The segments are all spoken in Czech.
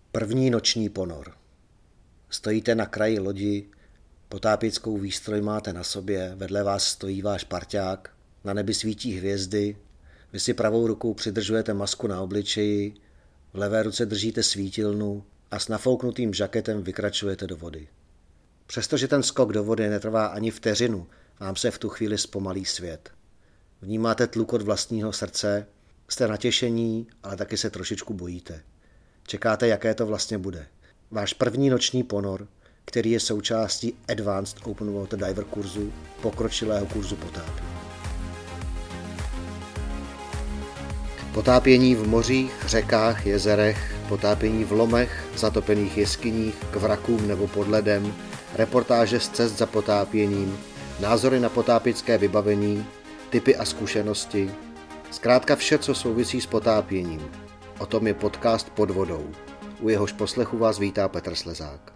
První noční ponor. Stojíte na kraji lodi, potápěckou výstroj máte na sobě, vedle vás stojí váš parťák, na nebi svítí hvězdy, vy si pravou rukou přidržujete masku na obličeji, v levé ruce držíte svítilnu a s nafouknutým žaketem vykračujete do vody. Přestože ten skok do vody netrvá ani vteřinu, vám se v tu chvíli zpomalí svět. Vnímáte tlukot vlastního srdce, jste natěšení, ale taky se trošičku bojíte. Čekáte, jaké to vlastně bude. Váš první noční ponor, který je součástí Advanced Open Water Diver kurzu, pokročilého kurzu potápění. Potápění v mořích, řekách, jezerech, potápění v lomech, zatopených jeskyních, k vrakům nebo pod ledem, reportáže z cest za potápěním, názory na potápěcké vybavení, tipy a zkušenosti, zkrátka vše, co souvisí s potápěním. O tom je podcast Pod vodou. U jehož poslechu vás vítá Petr Slezák.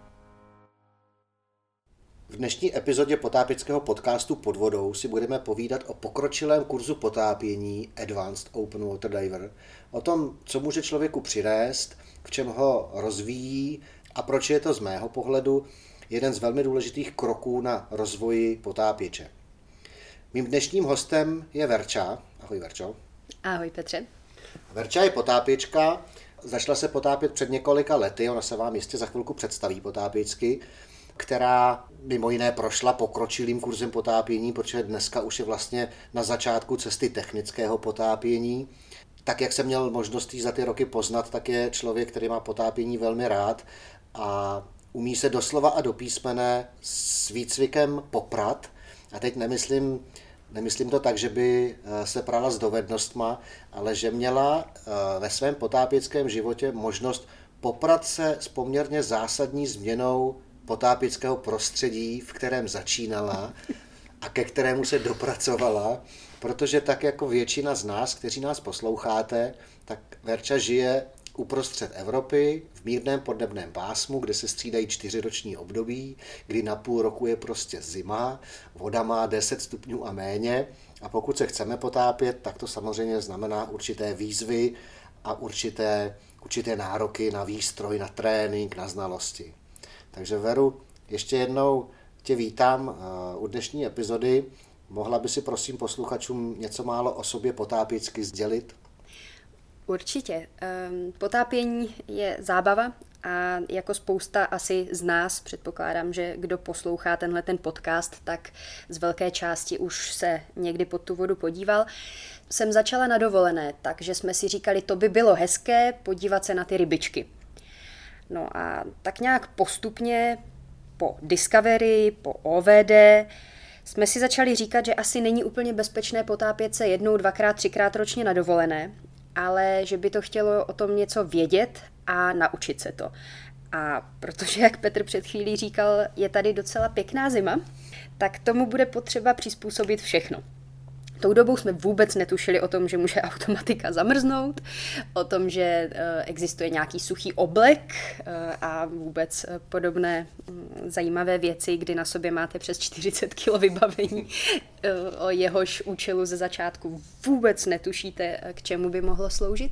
V dnešní epizodě potápěckého podcastu Pod vodou si budeme povídat o pokročilém kurzu potápění Advanced Open Water Diver, o tom, co může člověku přinést, v čem ho rozvíjí a proč je to z mého pohledu jeden z velmi důležitých kroků na rozvoji potápěče. Mým dnešním hostem je Verča. Ahoj, Verčo. Ahoj, Petře. Verča je potápěčka, začala se potápět před několika lety, ona se vám jistě za chvilku představí potápěčky, která mimo jiné prošla pokročilým kurzem potápění, protože dneska už je vlastně na začátku cesty technického potápění. Tak, jak jsem měl možnost jí za ty roky poznat, tak je člověk, který má potápění velmi rád a umí se doslova a do písmene s výcvikem poprat. A teď nemyslím to tak, že by se prala s dovednostma, ale že měla ve svém potápěckém životě možnost poprat se s poměrně zásadní změnou potápěckého prostředí, v kterém začínala a ke kterému se dopracovala, protože tak jako většina z nás, kteří nás posloucháte, tak Verča žije uprostřed Evropy, v mírném podnebném pásmu, kde se střídají 4roční období, kdy na půl roku je prostě zima, voda má 10 stupňů a méně a pokud se chceme potápět, tak to samozřejmě znamená určité výzvy a určité nároky na výstroj, na trénink, na znalosti. Takže Veru, ještě jednou tě vítám u dnešní epizody. Mohla by si prosím posluchačům něco málo o sobě potápěcky sdělit? Určitě. Potápění je zábava a jako spousta asi z nás, předpokládám, že kdo poslouchá ten podcast, tak z velké části už se někdy pod tu vodu podíval. Jsem začala na dovolené, takže jsme si říkali, to by bylo hezké podívat se na ty rybičky. No a tak nějak postupně po Discovery, po OVD jsme si začali říkat, že asi není úplně bezpečné potápět se 1, 2krát, 3krát ročně na dovolené, ale že by to chtělo o tom něco vědět a naučit se to. A protože, jak Petr před chvílí říkal, je tady docela pěkná zima, tak tomu bude potřeba přizpůsobit všechno. Tou dobou jsme vůbec netušili o tom, že může automatika zamrznout, o tom, že existuje nějaký suchý oblek a vůbec podobné zajímavé věci, kdy na sobě máte přes 40 kg vybavení, o jehož účelu ze začátku vůbec netušíte, k čemu by mohlo sloužit.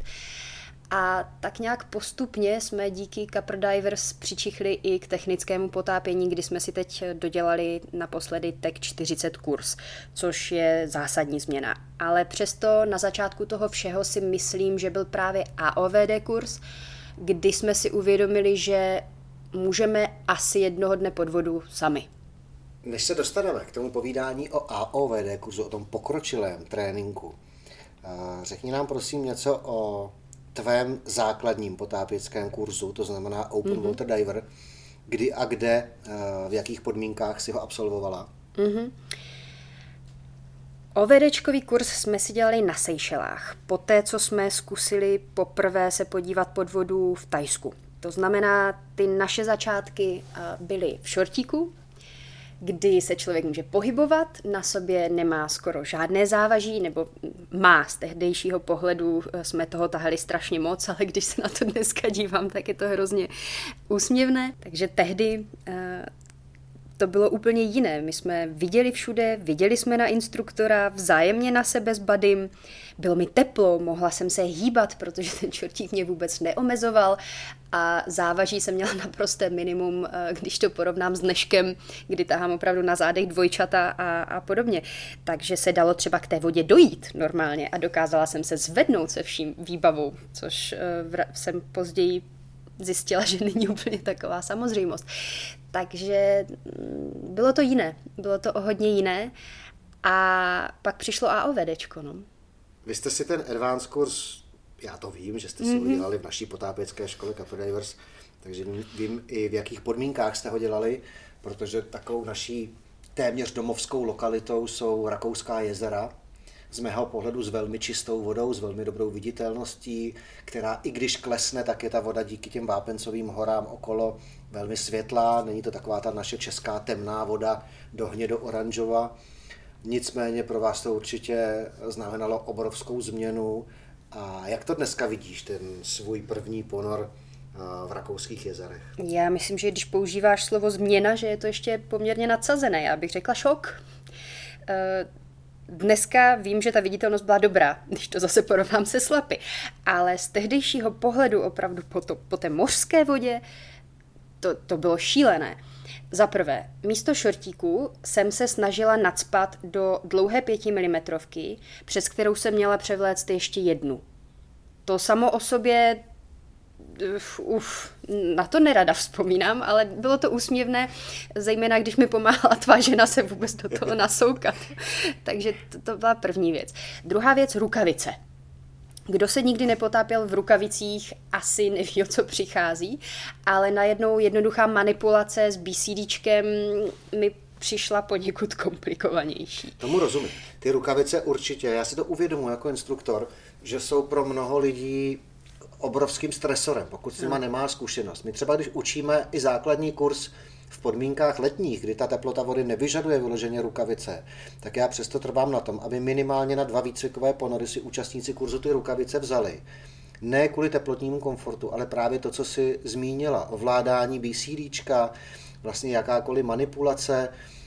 A tak nějak postupně jsme díky Capra Divers přičichli i k technickému potápění, kdy jsme si teď dodělali naposledy TEC 40 kurz, což je zásadní změna. Ale přesto na začátku toho všeho si myslím, že byl právě AOVD kurz, kdy jsme si uvědomili, že můžeme asi jednoho dne pod vodu sami. Než se dostaneme k tomu povídání o AOVD kurzu, o tom pokročilém tréninku, řekni nám prosím něco o tvém základním potápěckém kurzu, to znamená Open Water Diver, kdy a kde, v jakých podmínkách si ho absolvovala? OVDčkový kurz jsme si dělali na Seychelách, poté co jsme zkusili poprvé se podívat pod vodu v Thajsku. To znamená, ty naše začátky byly v šortíku, kdy se člověk může pohybovat, na sobě nemá skoro žádné závaží, nebo má z tehdejšího pohledu, jsme toho tahali strašně moc, ale když se na to dneska dívám, tak je to hrozně úsměvné. Takže tehdy to bylo úplně jiné. My jsme viděli všude, viděli jsme na instruktora, vzájemně na sebe s budym. Bylo mi teplo, mohla jsem se hýbat, protože ten čortík mě vůbec neomezoval a závaží jsem měla naprosté minimum, když to porovnám s dneškem, kdy tahám opravdu na zádech dvojčata a podobně. Takže se dalo třeba k té vodě dojít normálně a dokázala jsem se zvednout se vším výbavou, což jsem později zjistila, že není úplně taková samozřejmost. Takže bylo to jiné, bylo to o hodně jiné a pak přišlo AOVDčko, no. Vy jste si ten advanced kurz, já to vím, že jste si ho dělali v naší potápěcké škole Capodivers, takže vím i v jakých podmínkách jste ho dělali, protože takovou naší téměř domovskou lokalitou jsou Rakouská jezera, z mého pohledu s velmi čistou vodou, s velmi dobrou viditelností, která i když klesne, tak je ta voda díky těm vápencovým horám okolo velmi světlá, není to taková ta naše česká temná voda do hnědo-oranžova. Nicméně pro vás to určitě znamenalo obrovskou změnu. A jak to dneska vidíš, ten svůj první ponor v Rakouských jezerech? Já myslím, že když používáš slovo změna, že je to ještě poměrně nadsazené. Já bych řekla šok. Dneska vím, že ta viditelnost byla dobrá, když to zase porovnám se Slapy, ale z tehdejšího pohledu opravdu po té mořské vodě to bylo šílené. Za prvé, místo šortíků jsem se snažila nacpat do dlouhé 5 mm, přes kterou jsem měla převléct ještě jednu. To samo o sobě, na to nerada vzpomínám, ale bylo to úsměvné, zejména když mi pomáhala tvá žena se vůbec do toho nasoukat. Takže to byla první věc. Druhá věc, rukavice. Kdo se nikdy nepotápěl v rukavicích, asi neví, o co přichází, ale najednou jednoduchá manipulace s BCDčkem mi přišla poněkud komplikovanější. Tomu rozumím. Ty rukavice určitě, já si to uvědomuji jako instruktor, že jsou pro mnoho lidí obrovským stresorem, pokud s nima nemá zkušenost. My třeba, když učíme i základní kurz v podmínkách letních, kdy ta teplota vody nevyžaduje vyloženě rukavice, tak já přesto trvám na tom, aby minimálně na 2 výcvikové ponory si účastníci kurzu ty rukavice vzali. Ne kvůli teplotnímu komfortu, ale právě to, co si zmínila, ovládání BCDčka, vlastně jakákoliv manipulace,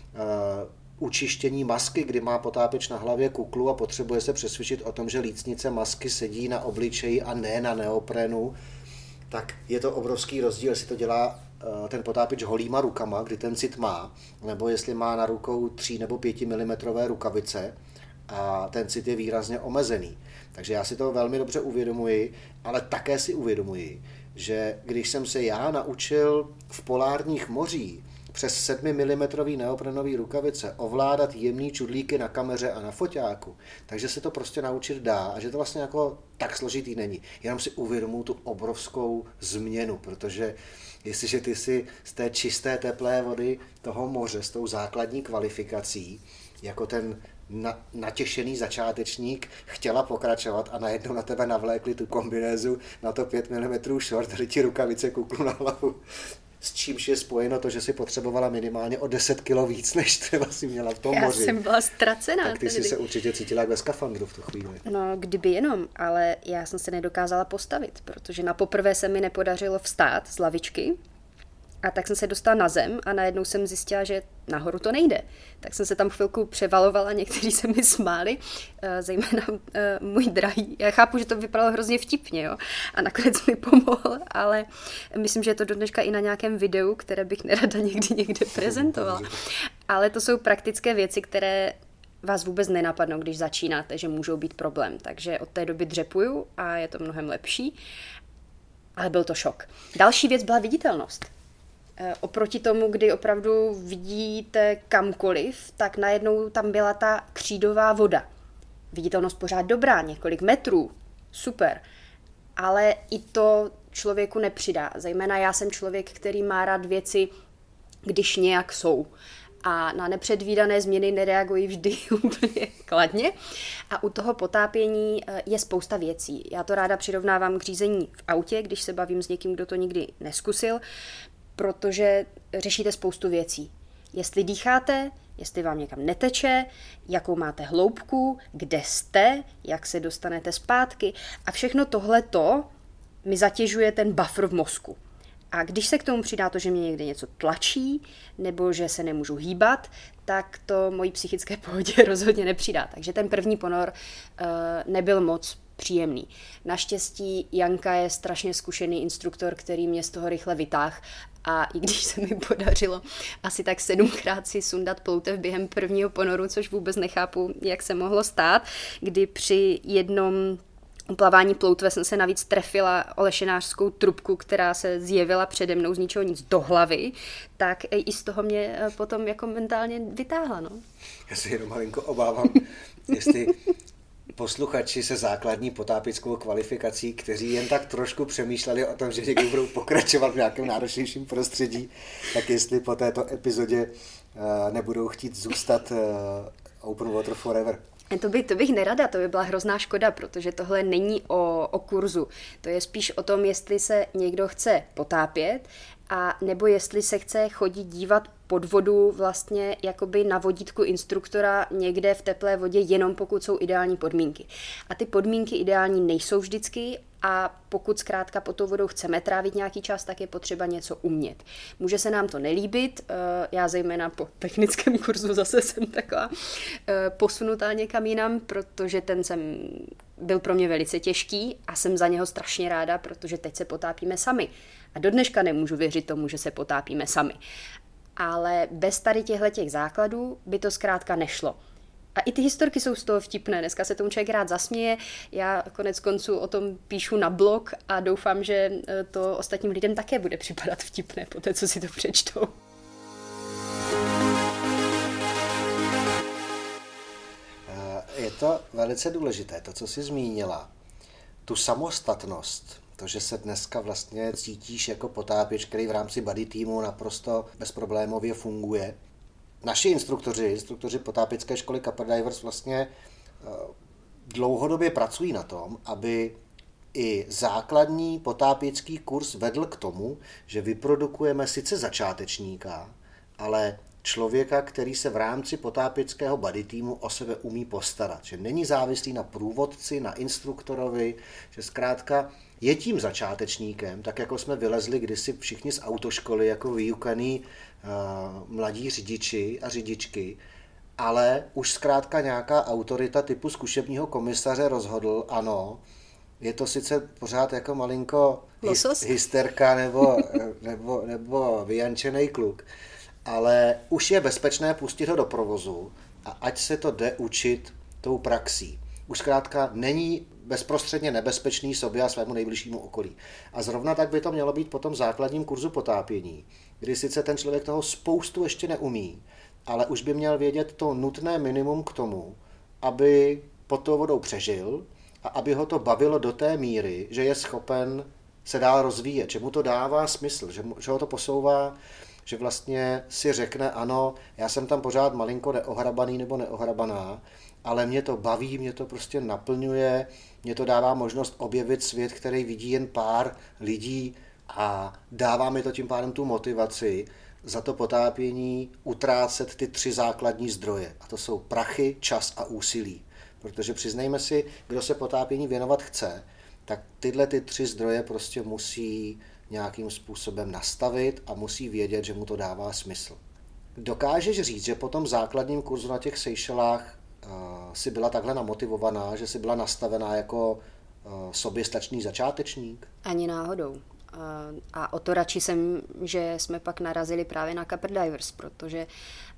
učištění masky, kdy má potápěč na hlavě kuklu a potřebuje se přesvědčit o tom, že lícnice masky sedí na obličeji a ne na neoprenu, tak je to obrovský rozdíl, jestli to dělá ten potápěč holýma rukama, kdy ten cit má, nebo jestli má na rukou 3 nebo 5 mm rukavice a ten cit je výrazně omezený. Takže já si to velmi dobře uvědomuji, ale také si uvědomuji, že když jsem se já naučil v polárních mořích přes 7 mm neoprenový rukavice ovládat jemný čudlíky na kameře a na foťáku, takže se to prostě naučit dá a že to vlastně jako tak složitý není. Jenom si uvědomuji tu obrovskou změnu, protože jestliže ty si z té čisté teplé vody toho moře s tou základní kvalifikací jako ten natěšený začátečník chtěla pokračovat a najednou na tebe navlékli tu kombinézu na to 5 mm short, dali ti rukavice kuklu na hlavu. S čímž je spojeno to, že si potřebovala minimálně o 10 kilo víc, než třeba si měla v tom moři. Já jsem byla ztracená. Tak ty jsi se určitě cítila jak ve skafandru v tu chvíli. No, kdyby jenom, ale já jsem se nedokázala postavit, protože na poprvé se mi nepodařilo vstát z lavičky a tak jsem se dostala na zem a najednou jsem zjistila, že nahoru to nejde. Tak jsem se tam chvilku převalovala, někteří se mi smáli, zejména můj drahý. Já chápu, že to vypadalo hrozně vtipně, jo? A nakonec mi pomohl, ale myslím, že je to do dneška i na nějakém videu, které bych nerada někde prezentovala. Ale to jsou praktické věci, které vás vůbec nenapadnou, když začínáte, že můžou být problém. Takže od té doby dřepuju a je to mnohem lepší. Ale byl to šok. Další věc byla viditelnost. Oproti tomu, kdy opravdu vidíte kamkoliv, tak najednou tam byla ta křídová voda. Viditelnost pořád dobrá, několik metrů, super. Ale i to člověku nepřidá. Zejména já jsem člověk, který má rád věci, když nějak jsou. A na nepředvídané změny nereagují vždy úplně kladně. A u toho potápění je spousta věcí. Já to ráda přirovnávám k řízení v autě, když se bavím s někým, kdo to nikdy neskusil, protože řešíte spoustu věcí. Jestli dýcháte, jestli vám někam neteče, jakou máte hloubku, kde jste, jak se dostanete zpátky. A všechno tohleto mi zatěžuje ten buffer v mozku. A když se k tomu přidá to, že mě někde něco tlačí, nebo že se nemůžu hýbat, tak to mojí psychické pohodě rozhodně nepřidá. Takže ten první ponor nebyl moc příjemný. Naštěstí Janka je strašně zkušený instruktor, který mě z toho rychle vytáhl a i když se mi podařilo asi tak 7krát si sundat ploutev během prvního ponoru, což vůbec nechápu, jak se mohlo stát, kdy při jednom uplavání ploutve jsem se navíc trefila o lešenářskou trubku, která se zjevila přede mnou z ničeho nic do hlavy, tak i z toho mě potom jako mentálně vytáhla. No. Já se jenom malinko obávám, jestli posluchači se základní potápěckou kvalifikací, kteří jen tak trošku přemýšleli o tom, že někdy budou pokračovat v nějakém náročnějším prostředí, tak jestli po této epizodě nebudou chtít zůstat Open Water Forever. To bych nerada, to by byla hrozná škoda, protože tohle není o kurzu. To je spíš o tom, jestli se někdo chce potápět a nebo jestli se chce chodit dívat pod vodu vlastně jakoby na vodítku instruktora někde v teplé vodě, jenom pokud jsou ideální podmínky. A ty podmínky ideální nejsou vždycky a pokud zkrátka pod tou vodou chceme trávit nějaký čas, tak je potřeba něco umět. Může se nám to nelíbit, já zejména po technickém kurzu zase jsem taková posunutá někam jinam, protože ten byl pro mě velice těžký a jsem za něho strašně ráda, protože teď se potápíme sami. A do dneška nemůžu věřit tomu, že se potápíme sami. Ale bez tady těchto základů by to zkrátka nešlo. A i ty historky jsou z toho vtipné. Dneska se tomu člověk rád zasměje. Já konec konců o tom píšu na blog a doufám, že to ostatním lidem také bude připadat vtipné po té, co si to přečtou. Je to velice důležité, to, co jsi zmínila. Tu samostatnost, to, že se dneska vlastně cítíš jako potápěč, který v rámci buddy týmu naprosto bezproblémově funguje. Naši instruktoři potápěcké školy Copper Divers vlastně dlouhodobě pracují na tom, aby i základní potápěcký kurz vedl k tomu, že vyprodukujeme sice začátečníka, ale člověka, který se v rámci potápěckého buddy týmu o sebe umí postarat. Že není závislý na průvodci, na instruktorovi, že zkrátka je tím začátečníkem, tak jako jsme vylezli kdysi všichni z autoškoly jako vyukaný mladí řidiči a řidičky, ale už zkrátka nějaká autorita typu zkušebního komisaře rozhodl, ano, je to sice pořád jako malinko hysterka nebo vyjančený kluk, ale už je bezpečné pustit ho do provozu a ať se to jde učit tou praxí. Už zkrátka není bezprostředně nebezpečný sobě a svému nejbližšímu okolí. A zrovna tak by to mělo být po tom základním kurzu potápění, kdy sice ten člověk toho spoustu ještě neumí, ale už by měl vědět to nutné minimum k tomu, aby pod tou vodou přežil a aby ho to bavilo do té míry, že je schopen se dál rozvíjet, že mu to dává smysl, že ho to posouvá, že vlastně si řekne, ano, já jsem tam pořád malinko neohrabaný nebo neohrabaná, ale mě to baví, mě to prostě naplňuje, mě to dává možnost objevit svět, který vidí jen pár lidí a dává mi to tím pádem tu motivaci za to potápění utrácet ty 3 základní zdroje. A to jsou prachy, čas a úsilí. Protože přiznejme si, kdo se potápění věnovat chce, tak tyhle ty 3 zdroje prostě musí nějakým způsobem nastavit a musí vědět, že mu to dává smysl. Dokážeš říct, že po tom základním kurzu na těch Seychelách si byla takhle namotivovaná, že si byla nastavená jako soběstačný začátečník? Ani náhodou. A o to radši jsem, že jsme pak narazili právě na Copper Divers, protože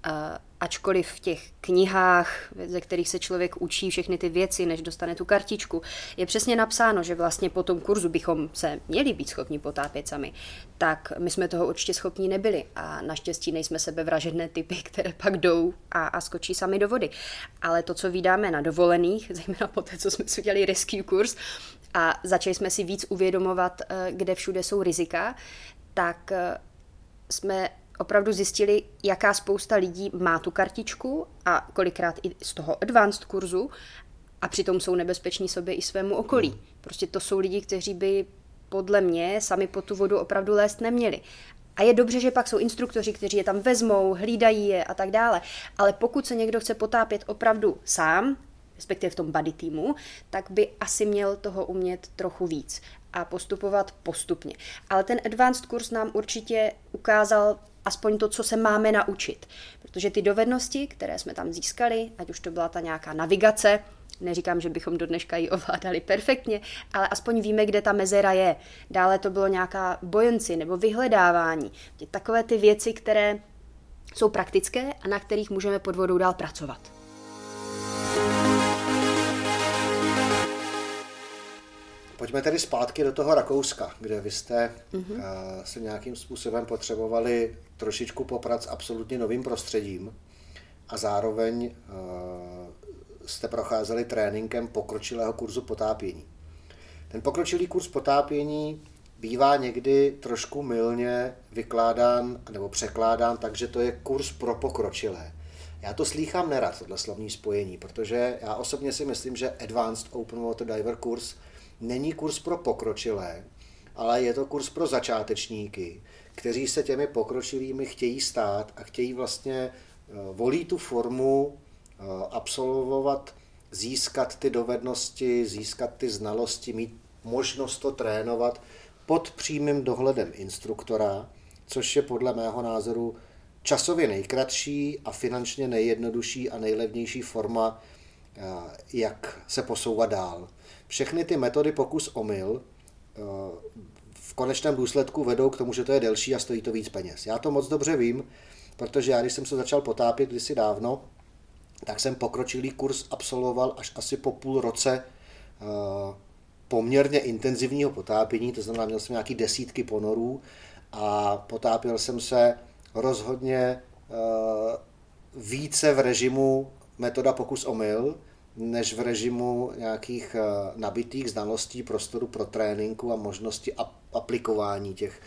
ačkoliv v těch knihách, ze kterých se člověk učí všechny ty věci, než dostane tu kartičku, je přesně napsáno, že vlastně po tom kurzu bychom se měli být schopni potápět sami, tak my jsme toho určitě schopni nebyli a naštěstí nejsme sebevražedné typy, které pak jdou a skočí sami do vody. Ale to, co vydáme na dovolených, zejména po té, co jsme si udělali rescue kurz, a začali jsme si víc uvědomovat, kde všude jsou rizika, tak jsme opravdu zjistili, jaká spousta lidí má tu kartičku a kolikrát i z toho advanced kurzu a přitom jsou nebezpeční sobě i svému okolí. Prostě to jsou lidi, kteří by podle mě sami po tu vodu opravdu lézt neměli. A je dobře, že pak jsou instruktoři, kteří je tam vezmou, hlídají je a tak dále. Ale pokud se někdo chce potápět opravdu sám, respektive v tom buddy týmu, tak by asi měl toho umět trochu víc a postupovat postupně. Ale ten advanced kurz nám určitě ukázal aspoň to, co se máme naučit. Protože ty dovednosti, které jsme tam získali, ať už to byla ta nějaká navigace, Neříkám, že bychom do dneška ji ovládali perfektně, ale aspoň víme, kde ta mezera je. Dále to bylo nějaká buoyancy nebo vyhledávání. Takové ty věci, které jsou praktické a na kterých můžeme pod vodou dál pracovat. Pojďme tedy zpátky do toho Rakouska, kde vy jste se nějakým způsobem potřebovali trošičku poprat s absolutně novým prostředím a zároveň jste procházeli tréninkem pokročilého kurzu potápění. Ten pokročilý kurz potápění bývá někdy trošku mylně vykládán nebo překládán, takže to je kurz pro pokročilé. Já to slýchám nerad, tohle slovní spojení, protože já osobně si myslím, že Advanced Open Water Diver kurz není kurz pro pokročilé, ale je to kurz pro začátečníky, kteří se těmi pokročilými chtějí stát a chtějí vlastně volí tu formu absolvovat, získat ty dovednosti, získat ty znalosti, mít možnost to trénovat pod přímým dohledem instruktora, což je podle mého názoru časově nejkratší a finančně nejjednodušší a nejlevnější forma, jak se posouvat dál. Všechny ty metody pokus-omyl v konečném důsledku vedou k tomu, že to je delší a stojí to víc peněz. Já to moc dobře vím, protože já, když jsem se začal potápět kdysi dávno, tak jsem pokročilý kurz absolvoval až asi po půl roce poměrně intenzivního potápění, to znamená, měl jsem nějaký desítky ponorů a potápěl jsem se rozhodně více v režimu metoda pokus-omyl, než v režimu nějakých nabitých znalostí, prostoru pro tréninku a možnosti aplikování těch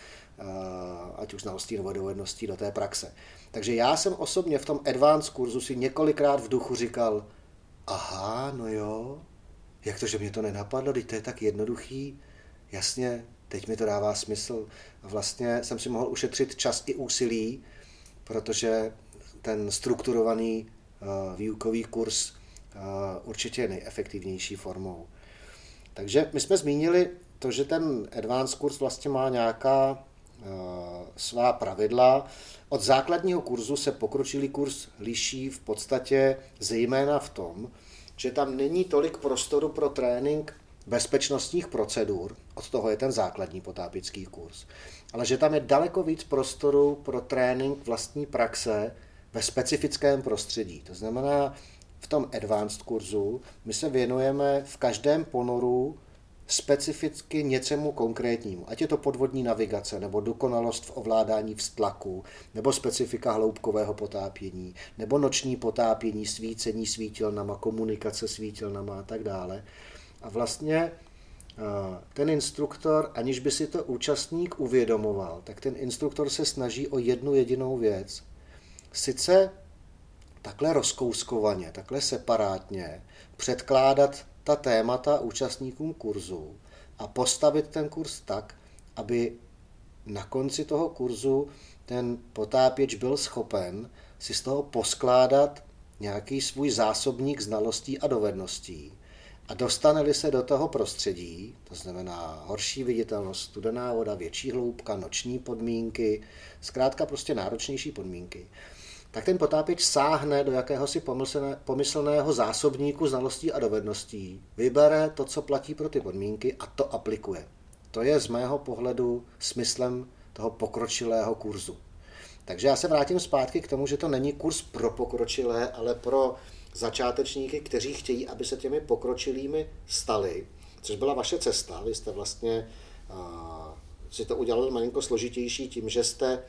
ať už znalostí nebo dovedností do té praxe. Takže já jsem osobně v tom advanced kurzu si několikrát v duchu říkal, aha, no jo, jak to, že mě to nenapadlo, teď to je tak jednoduchý, jasně, teď mi to dává smysl. A vlastně jsem si mohl ušetřit čas i úsilí, protože ten strukturovaný výukový kurz určitě je nejefektivnější formou. Takže my jsme zmínili to, že ten advanced kurz vlastně má nějaká svá pravidla. Od základního kurzu se pokročilý kurz liší v podstatě zejména v tom, že tam není tolik prostoru pro trénink bezpečnostních procedur, od toho je ten základní potápěcký kurz, ale že tam je daleko víc prostoru pro trénink vlastní praxe ve specifickém prostředí. To znamená, v tom advanced kurzu my se věnujeme v každém ponoru specificky něčemu konkrétnímu. Ať je to podvodní navigace, nebo dokonalost v ovládání vztlaku, nebo specifika hloubkového potápění, nebo noční potápění, svícení svítilnama, komunikace svítilnama a tak dále. A vlastně ten instruktor, aniž by si to účastník uvědomoval, tak ten instruktor se snaží o jednu jedinou věc. Sice takhle rozkouskovaně, takhle separátně předkládat ta témata účastníkům kurzu a postavit ten kurz tak, aby na konci toho kurzu ten potápěč byl schopen si z toho poskládat nějaký svůj zásobník znalostí a dovedností. A dostane-li se do toho prostředí, to znamená horší viditelnost, studená voda, větší hloubka, noční podmínky, zkrátka prostě náročnější podmínky, tak ten potápěč sáhne do jakéhosi pomyslného zásobníku znalostí a dovedností, vybere to, co platí pro ty podmínky a to aplikuje. To je z mého pohledu smyslem toho pokročilého kurzu. Takže já se vrátím zpátky k tomu, že to není kurz pro pokročilé, ale pro začátečníky, kteří chtějí, aby se těmi pokročilými stali, což byla vaše cesta. Vy jste vlastně si to udělali malinko složitější tím, že jste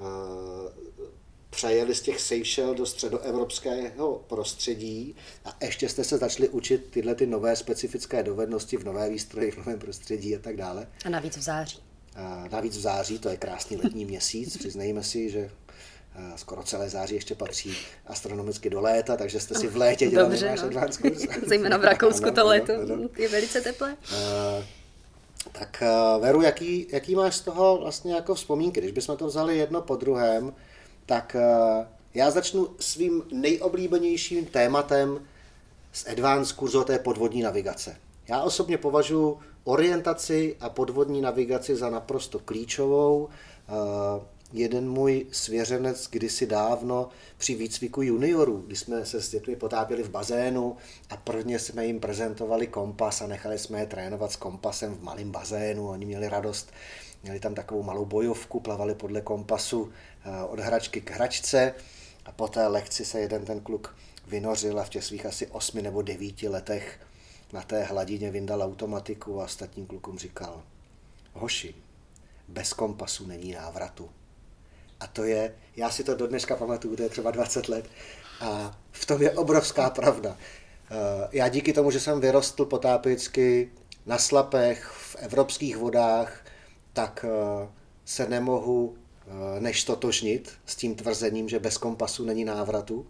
přejeli z těch Seychelles do středoevropského prostředí a ještě jste se začali učit tyhle ty nové specifické dovednosti v nové výstroji, v novém prostředí a tak dále. A navíc v září. Navíc v září, to je krásný letní měsíc, přiznejme si, že skoro celé září ještě patří astronomicky do léta, takže jste si v létě dělali náš advanced kurz. Zejména v Rakousku to léto je velice teplé. Tak Veru, jaký máš z toho vlastně jako vzpomínky? Když bychom to vzali jedno po druhém, tak já začnu svým nejoblíbenějším tématem z advanced kurzu, to je podvodní navigace. Já osobně považuji orientaci a podvodní navigaci za naprosto klíčovou. jeden můj svěřenec kdysi dávno při výcviku juniorů, když jsme se s dětmi potápěli v bazénu a prvně jsme jim prezentovali kompas a nechali jsme je trénovat s kompasem v malém bazénu. Oni měli radost, měli tam takovou malou bojovku, plavali podle kompasu od hračky k hračce a po té lekci se jeden ten kluk vynořil a v těch svých asi 8 nebo 9 letech na té hladině vyndal automatiku a ostatním klukům říkal: hoši, bez kompasu není návratu. A to je, já si to do dneška pamatuju, to je třeba 20 let a v tom je obrovská pravda. Já díky tomu, že jsem vyrostl potápěcky na Slapech, v evropských vodách, tak se nemohu než totožnit s tím tvrzením, že bez kompasu není návratu.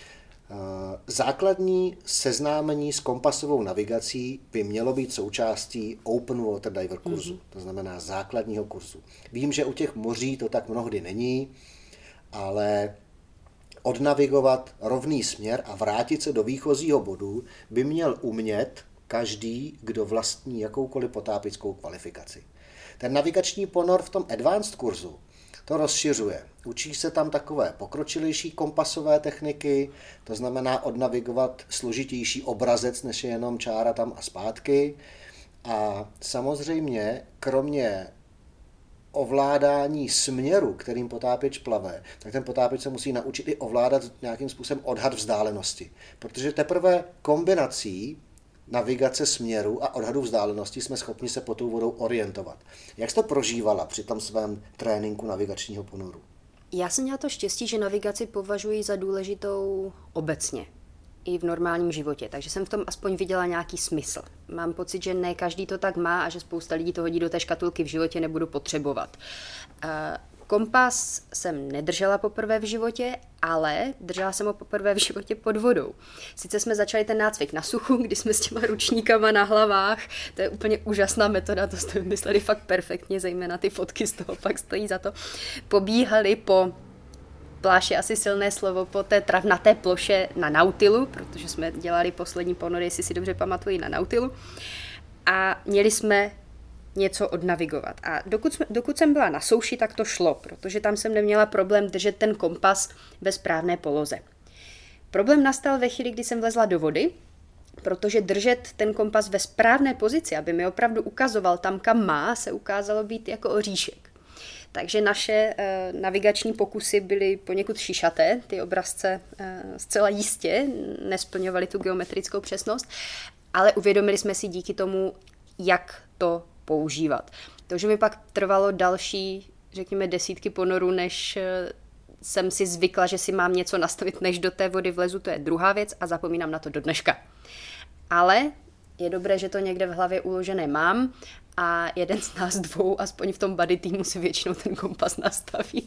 Základní seznámení s kompasovou navigací by mělo být součástí Open Water Diver kurzu, to znamená základního kurzu. Vím, že u těch moří to tak mnohdy není, ale odnavigovat rovný směr a vrátit se do výchozího bodu by měl umět každý, kdo vlastní jakoukoliv potápěckou kvalifikaci. Ten navigační ponor v tom Advanced kurzu to rozšiřuje. Učí se tam takové pokročilejší kompasové techniky, to znamená odnavigovat složitější obrazec, než je jenom čára tam a zpátky. A samozřejmě, kromě ovládání směru, kterým potápěč plave, tak ten potápěč se musí naučit i ovládat nějakým způsobem odhad vzdálenosti. Protože teprve kombinací navigace směru a odhadu vzdálenosti jsme schopni se pod tou vodou orientovat. Jak jsi to prožívala při tom svém tréninku navigačního ponoru? Já jsem měla to štěstí, že navigaci považuji za důležitou obecně i v normálním životě, takže jsem v tom aspoň viděla nějaký smysl. Mám pocit, že ne každý to tak má a že spousta lidí to hodí do té škatulky, v životě nebudu potřebovat. Kompas jsem nedržela poprvé v životě, ale držela jsem ho poprvé v životě pod vodou. Sice jsme začali ten nácvik na suchu, kdy jsme s těma ručníkama na hlavách, to je úplně úžasná metoda, to jste vymysleli fakt perfektně, zejména ty fotky z toho pak stojí za to. Pobíhali po pláž je asi silné slovo, po té travnaté ploše na Nautilu, protože jsme dělali poslední ponory, jestli si dobře pamatuji, na Nautilu. A měli jsme něco odnavigovat. A dokud jsem byla na souši, tak to šlo, protože tam jsem neměla problém držet ten kompas ve správné poloze. Problém nastal ve chvíli, kdy jsem vlezla do vody, protože držet ten kompas ve správné pozici, aby mi opravdu ukazoval tam, kam má, se ukázalo být jako oříšek. Takže naše navigační pokusy byly poněkud šišaté, ty obrazce zcela jistě nesplňovaly tu geometrickou přesnost, ale uvědomili jsme si díky tomu, jak to používat. Takže mi pak trvalo další, řekněme, desítky ponorů, než jsem si zvykla, že si mám něco nastavit, než do té vody vlezu, to je druhá věc a zapomínám na to do dneška. Ale je dobré, že to někde v hlavě uložené mám a jeden z nás dvou, aspoň v tom buddy týmu, si většinou ten kompas nastaví.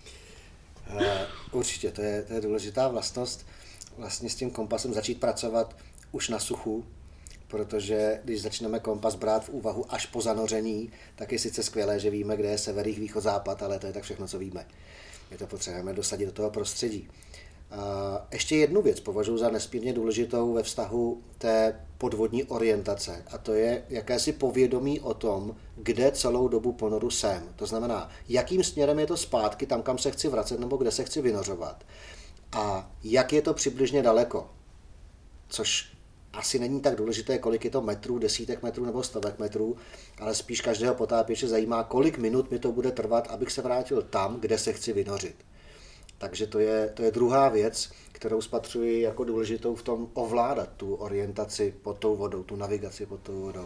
Určitě, to je důležitá vlastnost, vlastně s tím kompasem začít pracovat už na suchu, protože když začneme kompas brát v úvahu až po zanoření, tak je sice skvělé, že víme, kde je sever, jih, východ, západ, ale to je tak všechno, co víme. My to potřebujeme dosadit do toho prostředí. Ještě jednu věc považuji za nesmírně důležitou ve vztahu té podvodní orientace, a to je jakési povědomí o tom, kde celou dobu ponoru jsem. To znamená, jakým směrem je to zpátky, tam, kam se chci vracet, nebo kde se chci vynořovat. A jak je to přibližně daleko. Což asi není tak důležité, kolik je to metrů, desítek metrů nebo stovek metrů, ale spíš každého potápěče zajímá, kolik minut mi to bude trvat, abych se vrátil tam, kde se chci vynořit. Takže to je druhá věc, kterou spatřuji jako důležitou v tom ovládat tu orientaci pod tou vodou, tu navigaci pod tou vodou.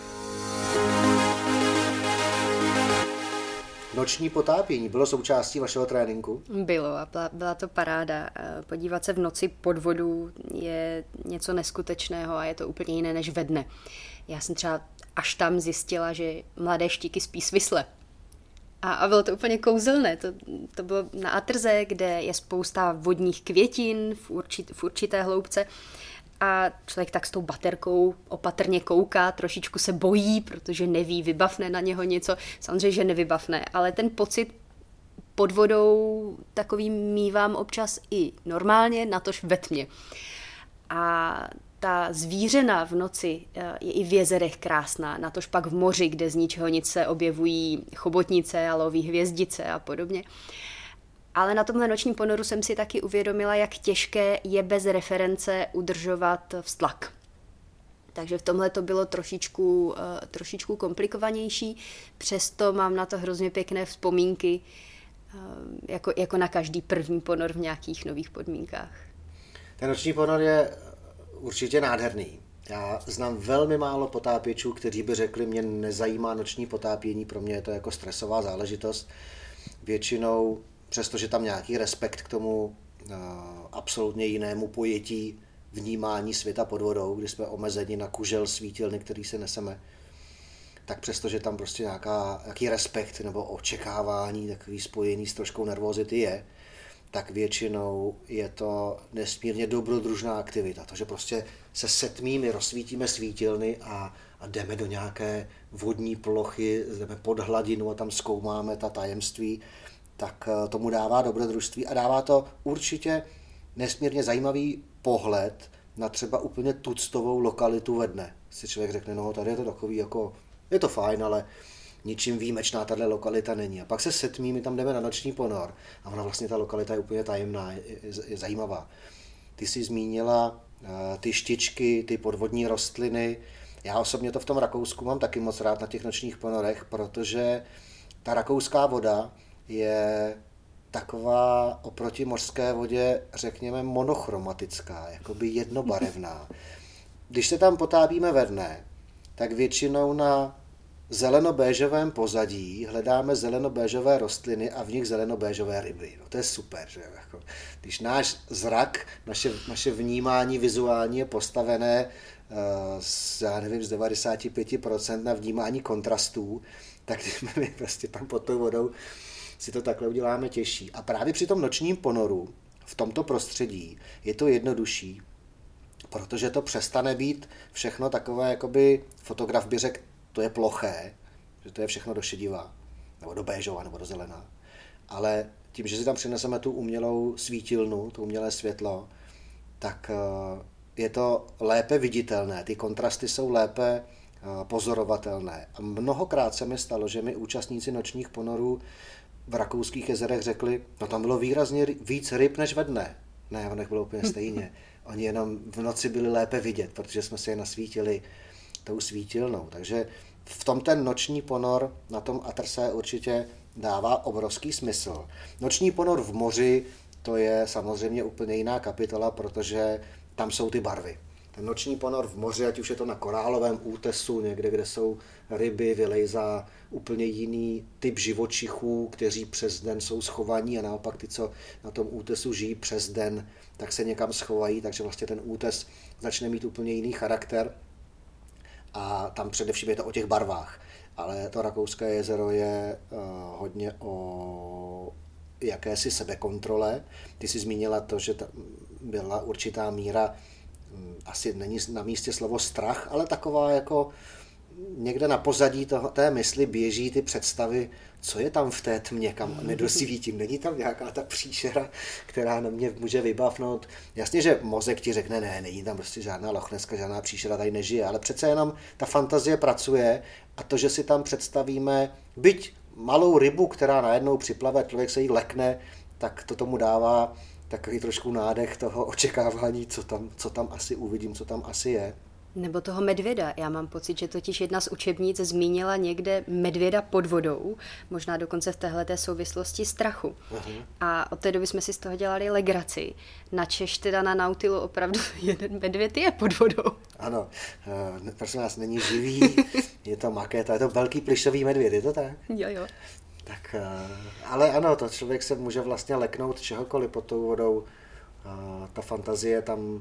Noční potápění bylo součástí vašeho tréninku? Bylo a byla to paráda. Podívat se v noci pod vodu je něco neskutečného a je to úplně jiné než ve dne. Já jsem třeba až tam zjistila, že mladé štíky spí svisle. A bylo to úplně kouzelné. To bylo na Atrze, kde je spousta vodních květin v určité hloubce. A člověk tak s tou baterkou opatrně kouká, trošičku se bojí, protože neví, vybavne na něho něco. Samozřejmě, že nevybavne, ale ten pocit pod vodou takový mívám občas i normálně, natož ve tmě. A ta zvířena v noci je i v jezerech krásná, natož pak v moři, kde z ničeho nic se objevují chobotnice a loví hvězdice a podobně. Ale na tomhle nočním ponoru jsem si taky uvědomila, jak těžké je bez reference udržovat vztlak. Takže v tomhle to bylo trošičku komplikovanější, přesto mám na to hrozně pěkné vzpomínky, jako na každý první ponor v nějakých nových podmínkách. Ten noční ponor je určitě nádherný. Já znám velmi málo potápěčů, kteří by řekli, mě nezajímá noční potápění, pro mě je to jako stresová záležitost. Většinou, přestože tam nějaký respekt k tomu absolutně jinému pojetí vnímání světa pod vodou, kdy jsme omezeni na kužel svítilny, který se neseme, tak přestože tam prostě nějaký respekt nebo očekávání takový spojený s troškou nervozity je, tak většinou je to nesmírně dobrodružná aktivita. To, že prostě se setmíme, rozsvítíme svítilny a jdeme do nějaké vodní plochy, jdeme pod hladinu a tam zkoumáme ta tajemství, tak tomu dává dobrodružství a dává to určitě nesmírně zajímavý pohled na třeba úplně tuctovou lokalitu ve dne. Si člověk řekne, no tady je to takový jako, je to fajn, ale ničím výjimečná tahle lokalita není. A pak se setmí, my tam jdeme na noční ponor a ona vlastně ta lokalita je úplně tajemná, je zajímavá. Ty jsi zmínila ty štičky, ty podvodní rostliny. Já osobně to v tom Rakousku mám taky moc rád na těch nočních ponorech, protože ta rakouská voda je taková oproti mořské vodě, řekněme, monochromatická, jakoby jednobarevná. Když se tam potápíme ve dne, tak většinou na zelenobéžovém pozadí hledáme zelenobéžové rostliny a v nich zelenobéžové ryby. No to je super, že jako, když náš zrak, naše vnímání vizuální je postavené z 95% na vnímání kontrastů, tak my prostě tam pod tou vodou si to takhle uděláme těžší. A právě při tom nočním ponoru v tomto prostředí je to jednodušší, protože to přestane být všechno takové, jakoby fotograf by řekl, to je ploché, že to je všechno do šediva, nebo do béžova, nebo do zelená. Ale tím, že si tam přineseme tu umělou svítilnu, to umělé světlo, tak je to lépe viditelné, ty kontrasty jsou lépe pozorovatelné. A mnohokrát se mi stalo, že mi účastníci nočních ponorů v rakouských jezerech řekli, no tam bylo výrazně víc ryb než ve dne. Ne, v nich bylo úplně stejně. Oni jenom v noci byli lépe vidět, protože jsme se je nasvítili tou svítilnou. Takže v tom ten noční ponor na tom Attersee určitě dává obrovský smysl. Noční ponor v moři, to je samozřejmě úplně jiná kapitola, protože tam jsou ty barvy. Ten noční ponor v moři, ať už je to na korálovém útesu, někde, kde jsou ryby, vylejzá úplně jiný typ živočichů, kteří přes den jsou schovaní a naopak ty, co na tom útesu žijí přes den, tak se někam schovají, takže vlastně ten útes začne mít úplně jiný charakter a tam především je to o těch barvách. Ale to Rakouské jezero je hodně o jakési sebekontrole. Ty jsi zmínila to, že byla určitá míra, asi není na místě slovo strach, ale taková jako někde na pozadí té mysli běží ty představy, co je tam v té tmě, kam nedosvítím. Není tam nějaká ta příšera, která na mě může vybavnout. Jasně, že mozek ti řekne, ne, není tam prostě žádná lochneska, žádná příšera tady nežije, ale přece jenom ta fantazie pracuje a to, že si tam představíme, byť malou rybu, která najednou připlave, člověk se jí lekne, tak to tomu dává takový trošku nádech toho očekávání, co tam asi uvidím, co tam asi je. Nebo toho medvěda. Já mám pocit, že totiž jedna z učebnic zmínila někde medvěda pod vodou, možná dokonce v téhleté souvislosti strachu. Uh-huh. A od té doby jsme si z toho dělali legraci. Načež teda na Nautilu opravdu jeden medvěd je pod vodou. Ano, prosím nás, není živý, je to makéta, je to velký plyšový medvěd, je to tak? Jo. Tak, ale ano, to člověk se může vlastně leknout čehokoliv pod tou vodou. Ta fantazie tam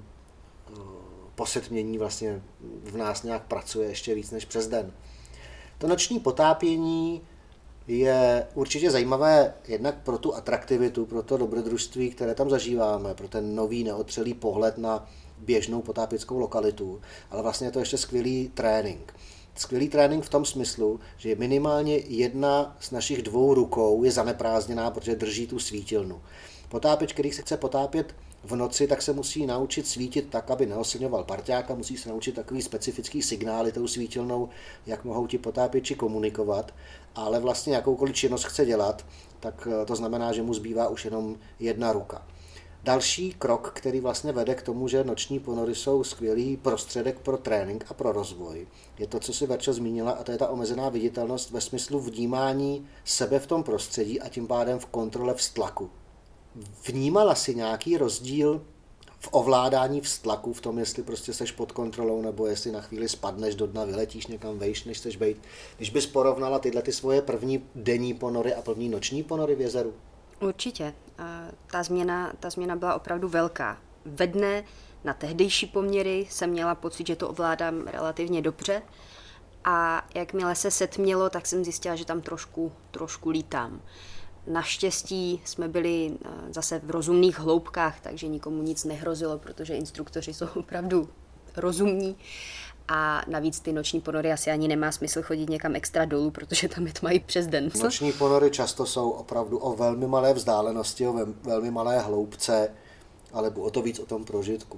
po setmění vlastně v nás nějak pracuje ještě víc než přes den. To noční potápění je určitě zajímavé jednak pro tu atraktivitu, pro to dobrodružství, které tam zažíváme, pro ten nový neotřelý pohled na běžnou potápěckou lokalitu, ale vlastně je to ještě skvělý trénink. Skvělý trénink v tom smyslu, že minimálně jedna z našich dvou rukou je zaneprázdněná, protože drží tu svítilnu. Potápěč, který se chce potápět v noci, tak se musí naučit svítit tak, aby neoslňoval parťáka, musí se naučit takový specifický signály tou svítilnou, jak mohou ti potápěči komunikovat, ale vlastně jakoukoliv činnost chce dělat, tak to znamená, že mu zbývá už jenom jedna ruka. Další krok, který vlastně vede k tomu, že noční ponory jsou skvělý prostředek pro trénink a pro rozvoj, je to, co si Verčo zmínila, a to je ta omezená viditelnost ve smyslu vnímání sebe v tom prostředí a tím pádem v kontrole vztlaku. Vnímala si nějaký rozdíl v ovládání vztlaku, v tom, jestli prostě seš pod kontrolou, nebo jestli na chvíli spadneš do dna, vyletíš někam vejš, než chceš bejt. Když bys porovnala tyhle ty svoje první denní ponory a první noční ponory v jezeru? Určitě. Ta změna byla opravdu velká. Ve dne na tehdejší poměry jsem měla pocit, že to ovládám relativně dobře a jakmile se setmělo, tak jsem zjistila, že tam trošku lítám. Naštěstí jsme byli zase v rozumných hloubkách, takže nikomu nic nehrozilo, protože instruktoři jsou opravdu rozumní. A navíc ty noční ponory asi ani nemá smysl chodit někam extra dolů, protože tam je tma i přes den. Noční ponory často jsou opravdu o velmi malé vzdálenosti, o velmi malé hloubce, ale o to víc o tom prožitku.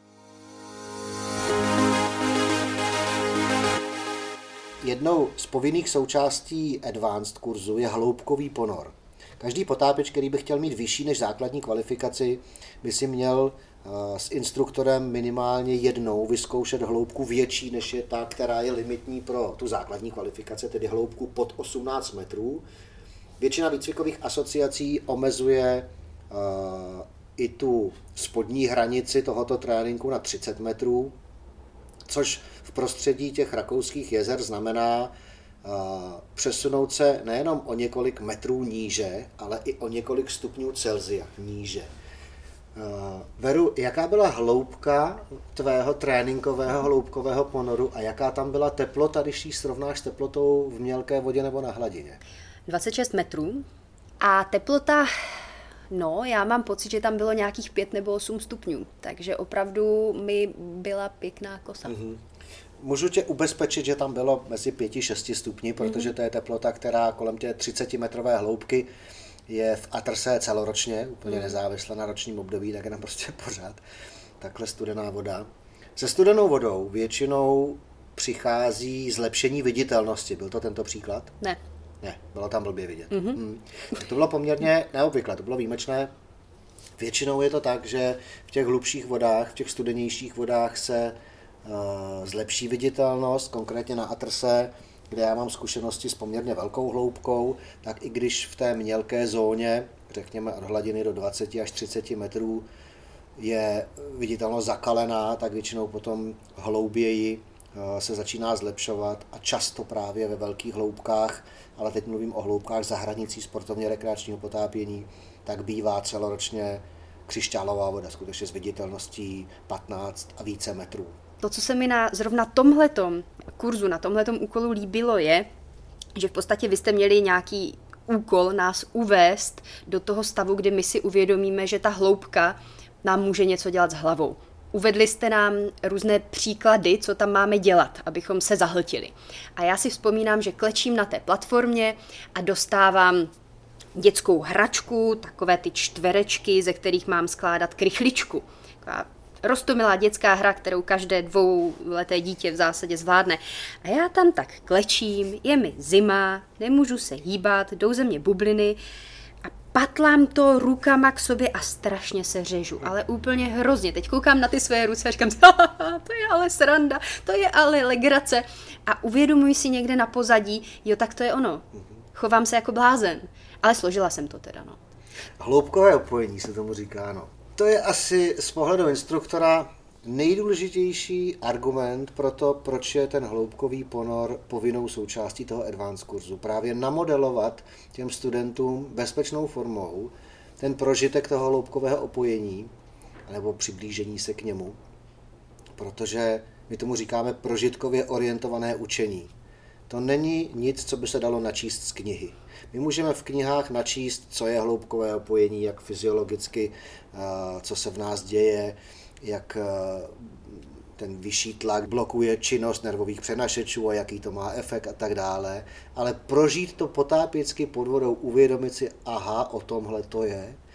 Jednou z povinných součástí Advanced kurzu je hloubkový ponor. Každý potápěč, který by chtěl mít vyšší než základní kvalifikaci, by si měl s instruktorem minimálně jednou vyzkoušet hloubku větší, než je ta, která je limitní pro tu základní kvalifikaci, tedy hloubku pod 18 metrů. Většina výcvikových asociací omezuje i tu spodní hranici tohoto tréninku na 30 metrů, což v prostředí těch rakouských jezer znamená přesunout se nejenom o několik metrů níže, ale i o několik stupňů Celsia níže. Veru, jaká byla hloubka tvého tréninkového hloubkového ponoru a jaká tam byla teplota, když ji srovnáš s teplotou v mělké vodě nebo na hladině? 26 metrů a teplota, já mám pocit, že tam bylo nějakých 5 nebo 8 stupňů, takže opravdu mi byla pěkná kosa. Mm-hmm. Můžu tě ubezpečit, že tam bylo mezi 5-6 stupni, protože to je teplota, která kolem té 30-metrové hloubky je v Atrsé celoročně, úplně nezávisle na ročním období, tak je tam prostě pořád takhle studená voda. Se studenou vodou většinou přichází zlepšení viditelnosti. Byl to tento příklad? Ne. Ne, bylo tam blbě vidět. To bylo poměrně neobvyklé, to bylo výjimečné. Většinou je to tak, že v těch hlubších vodách, v těch studenějších vodách se zlepší viditelnost, konkrétně na Atrse, kde já mám zkušenosti s poměrně velkou hloubkou, tak i když v té mělké zóně, řekněme od hladiny do 20 až 30 metrů, je viditelnost zakalená, tak většinou potom hlouběji se začíná zlepšovat a často právě ve velkých hloubkách, ale teď mluvím o hloubkách za hranicí sportovně rekreačního potápění, tak bývá celoročně křišťálová voda, skutečně s viditelností 15 a více metrů. To, co se mi na zrovna tomhletom kurzu, na tomhletom úkolu líbilo, je, že v podstatě vy jste měli nějaký úkol nás uvést do toho stavu, kdy my si uvědomíme, že ta hloubka nám může něco dělat s hlavou. Uvedli jste nám různé příklady, co tam máme dělat, abychom se zahltili. A já si vzpomínám, že klečím na té platformě a dostávám dětskou hračku, takové ty čtverečky, ze kterých mám skládat krychličku. Roztomilá dětská hra, kterou každé 2leté dítě v zásadě zvládne. A já tam tak klečím, je mi zima, nemůžu se hýbat, jdou ze mě bubliny a patlám to rukama k sobě a strašně se řežu, ale úplně hrozně. Teď koukám na ty své ruce a říkám, to je ale sranda, to je ale legrace. A uvědomuji si někde na pozadí, tak to je ono. Chovám se jako blázen, ale složila jsem to teda, Hloubkové opojení se tomu říká, To je asi z pohledu instruktora nejdůležitější argument pro to, proč je ten hloubkový ponor povinnou součástí toho advanced kurzu. Právě namodelovat těm studentům bezpečnou formou ten prožitek toho hloubkového opojení nebo přiblížení se k němu, protože my tomu říkáme prožitkově orientované učení. To není nic, co by se dalo načíst z knihy. My můžeme v knihách načíst, co je hloubkové opojení, jak fyziologicky, co se v nás děje, jak ten vyšší tlak blokuje činnost nervových přenašečů a jaký to má efekt a tak dále. Ale prožít to potápěcky pod vodou, uvědomit si, o tomhle to je,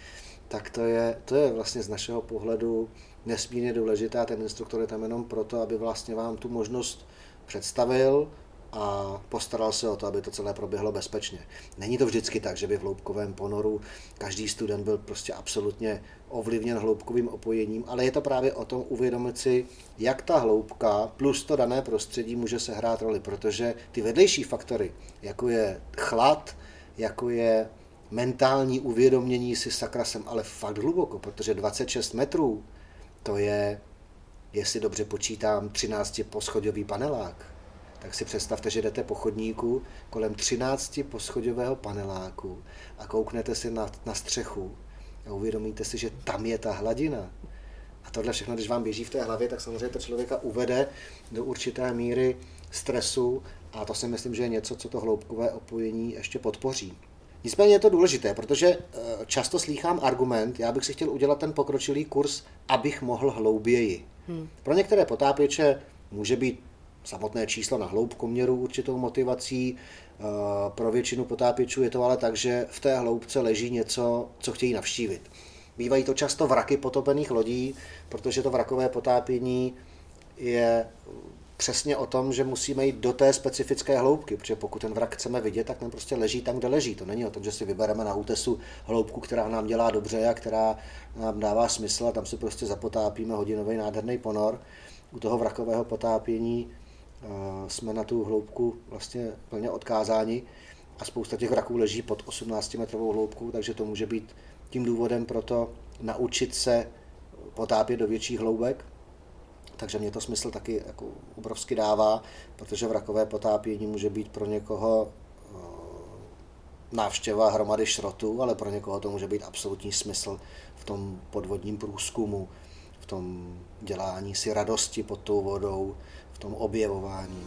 tak to je vlastně z našeho pohledu nesmírně důležité. Ten instruktor je tam jenom proto, aby vlastně vám tu možnost představil a postaral se o to, aby to celé proběhlo bezpečně. Není to vždycky tak, že by v hloubkovém ponoru každý student byl prostě absolutně ovlivněn hloubkovým opojením, ale je to právě o tom uvědomit si, jak ta hloubka plus to dané prostředí může sehrát roli, protože ty vedlejší faktory, jako je chlad, jako je mentální uvědomění si sakra jsem ale fakt hluboko, protože 26 metrů to je, jestli dobře počítám, 13poschodový panelák. Tak si představte, že jdete po chodníku kolem 13poschodového paneláku a kouknete si na střechu a uvědomíte si, že tam je ta hladina. A tohle všechno, když vám běží v té hlavě, tak samozřejmě to člověka uvede do určité míry stresu a to si myslím, že je něco, co to hloubkové opojení ještě podpoří. Nicméně je to důležité, protože často slýchám argument, já bych si chtěl udělat ten pokročilý kurz, abych mohl hlouběji. Pro některé potápěče může být samotné číslo na hloubkoměru určitou motivací, pro většinu potápěčů je to ale tak, že v té hloubce leží něco, co chtějí navštívit. Bývají to často vraky potopených lodí, protože to vrakové potápění je přesně o tom, že musíme jít do té specifické hloubky, protože pokud ten vrak chceme vidět, tak ten prostě leží tam, kde leží. To není o tom, že si vybereme na útesu hloubku, která nám dělá dobře a která nám dává smysl a tam si prostě zapotápíme hodinový nádherný ponor. U toho vrakového potápění jsme na tu hloubku vlastně plně odkázáni a spousta těch vraků leží pod 18metrovou hloubkou, takže to může být tím důvodem pro to naučit se potápět do větších hloubek. Takže mě to smysl taky jako obrovsky dává, protože vrakové potápění může být pro někoho návštěva hromady šrotu, ale pro někoho to může být absolutní smysl v tom podvodním průzkumu, v tom dělání si radosti pod tou vodou, v tom objevování.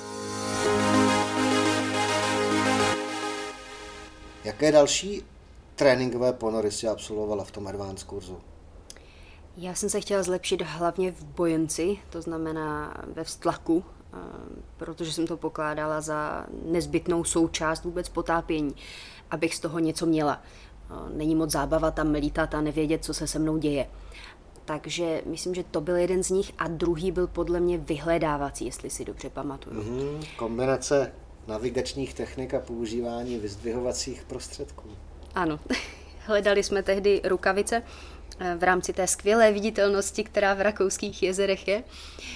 Jaké další tréninkové ponory si absolvovala v tom advanced kurzu? Já jsem se chtěla zlepšit hlavně v buoyancy, to znamená ve vztlaku, protože jsem to pokládala za nezbytnou součást vůbec potápění, abych z toho něco měla. Není moc zábava tam lítat a nevědět, co se se mnou děje. Takže myslím, že to byl jeden z nich a druhý byl podle mě vyhledávací, jestli si dobře pamatuju. Kombinace navigačních technik a používání vyzdvihovacích prostředků. Ano, hledali jsme tehdy rukavice v rámci té skvělé viditelnosti, která v rakouských jezerech je,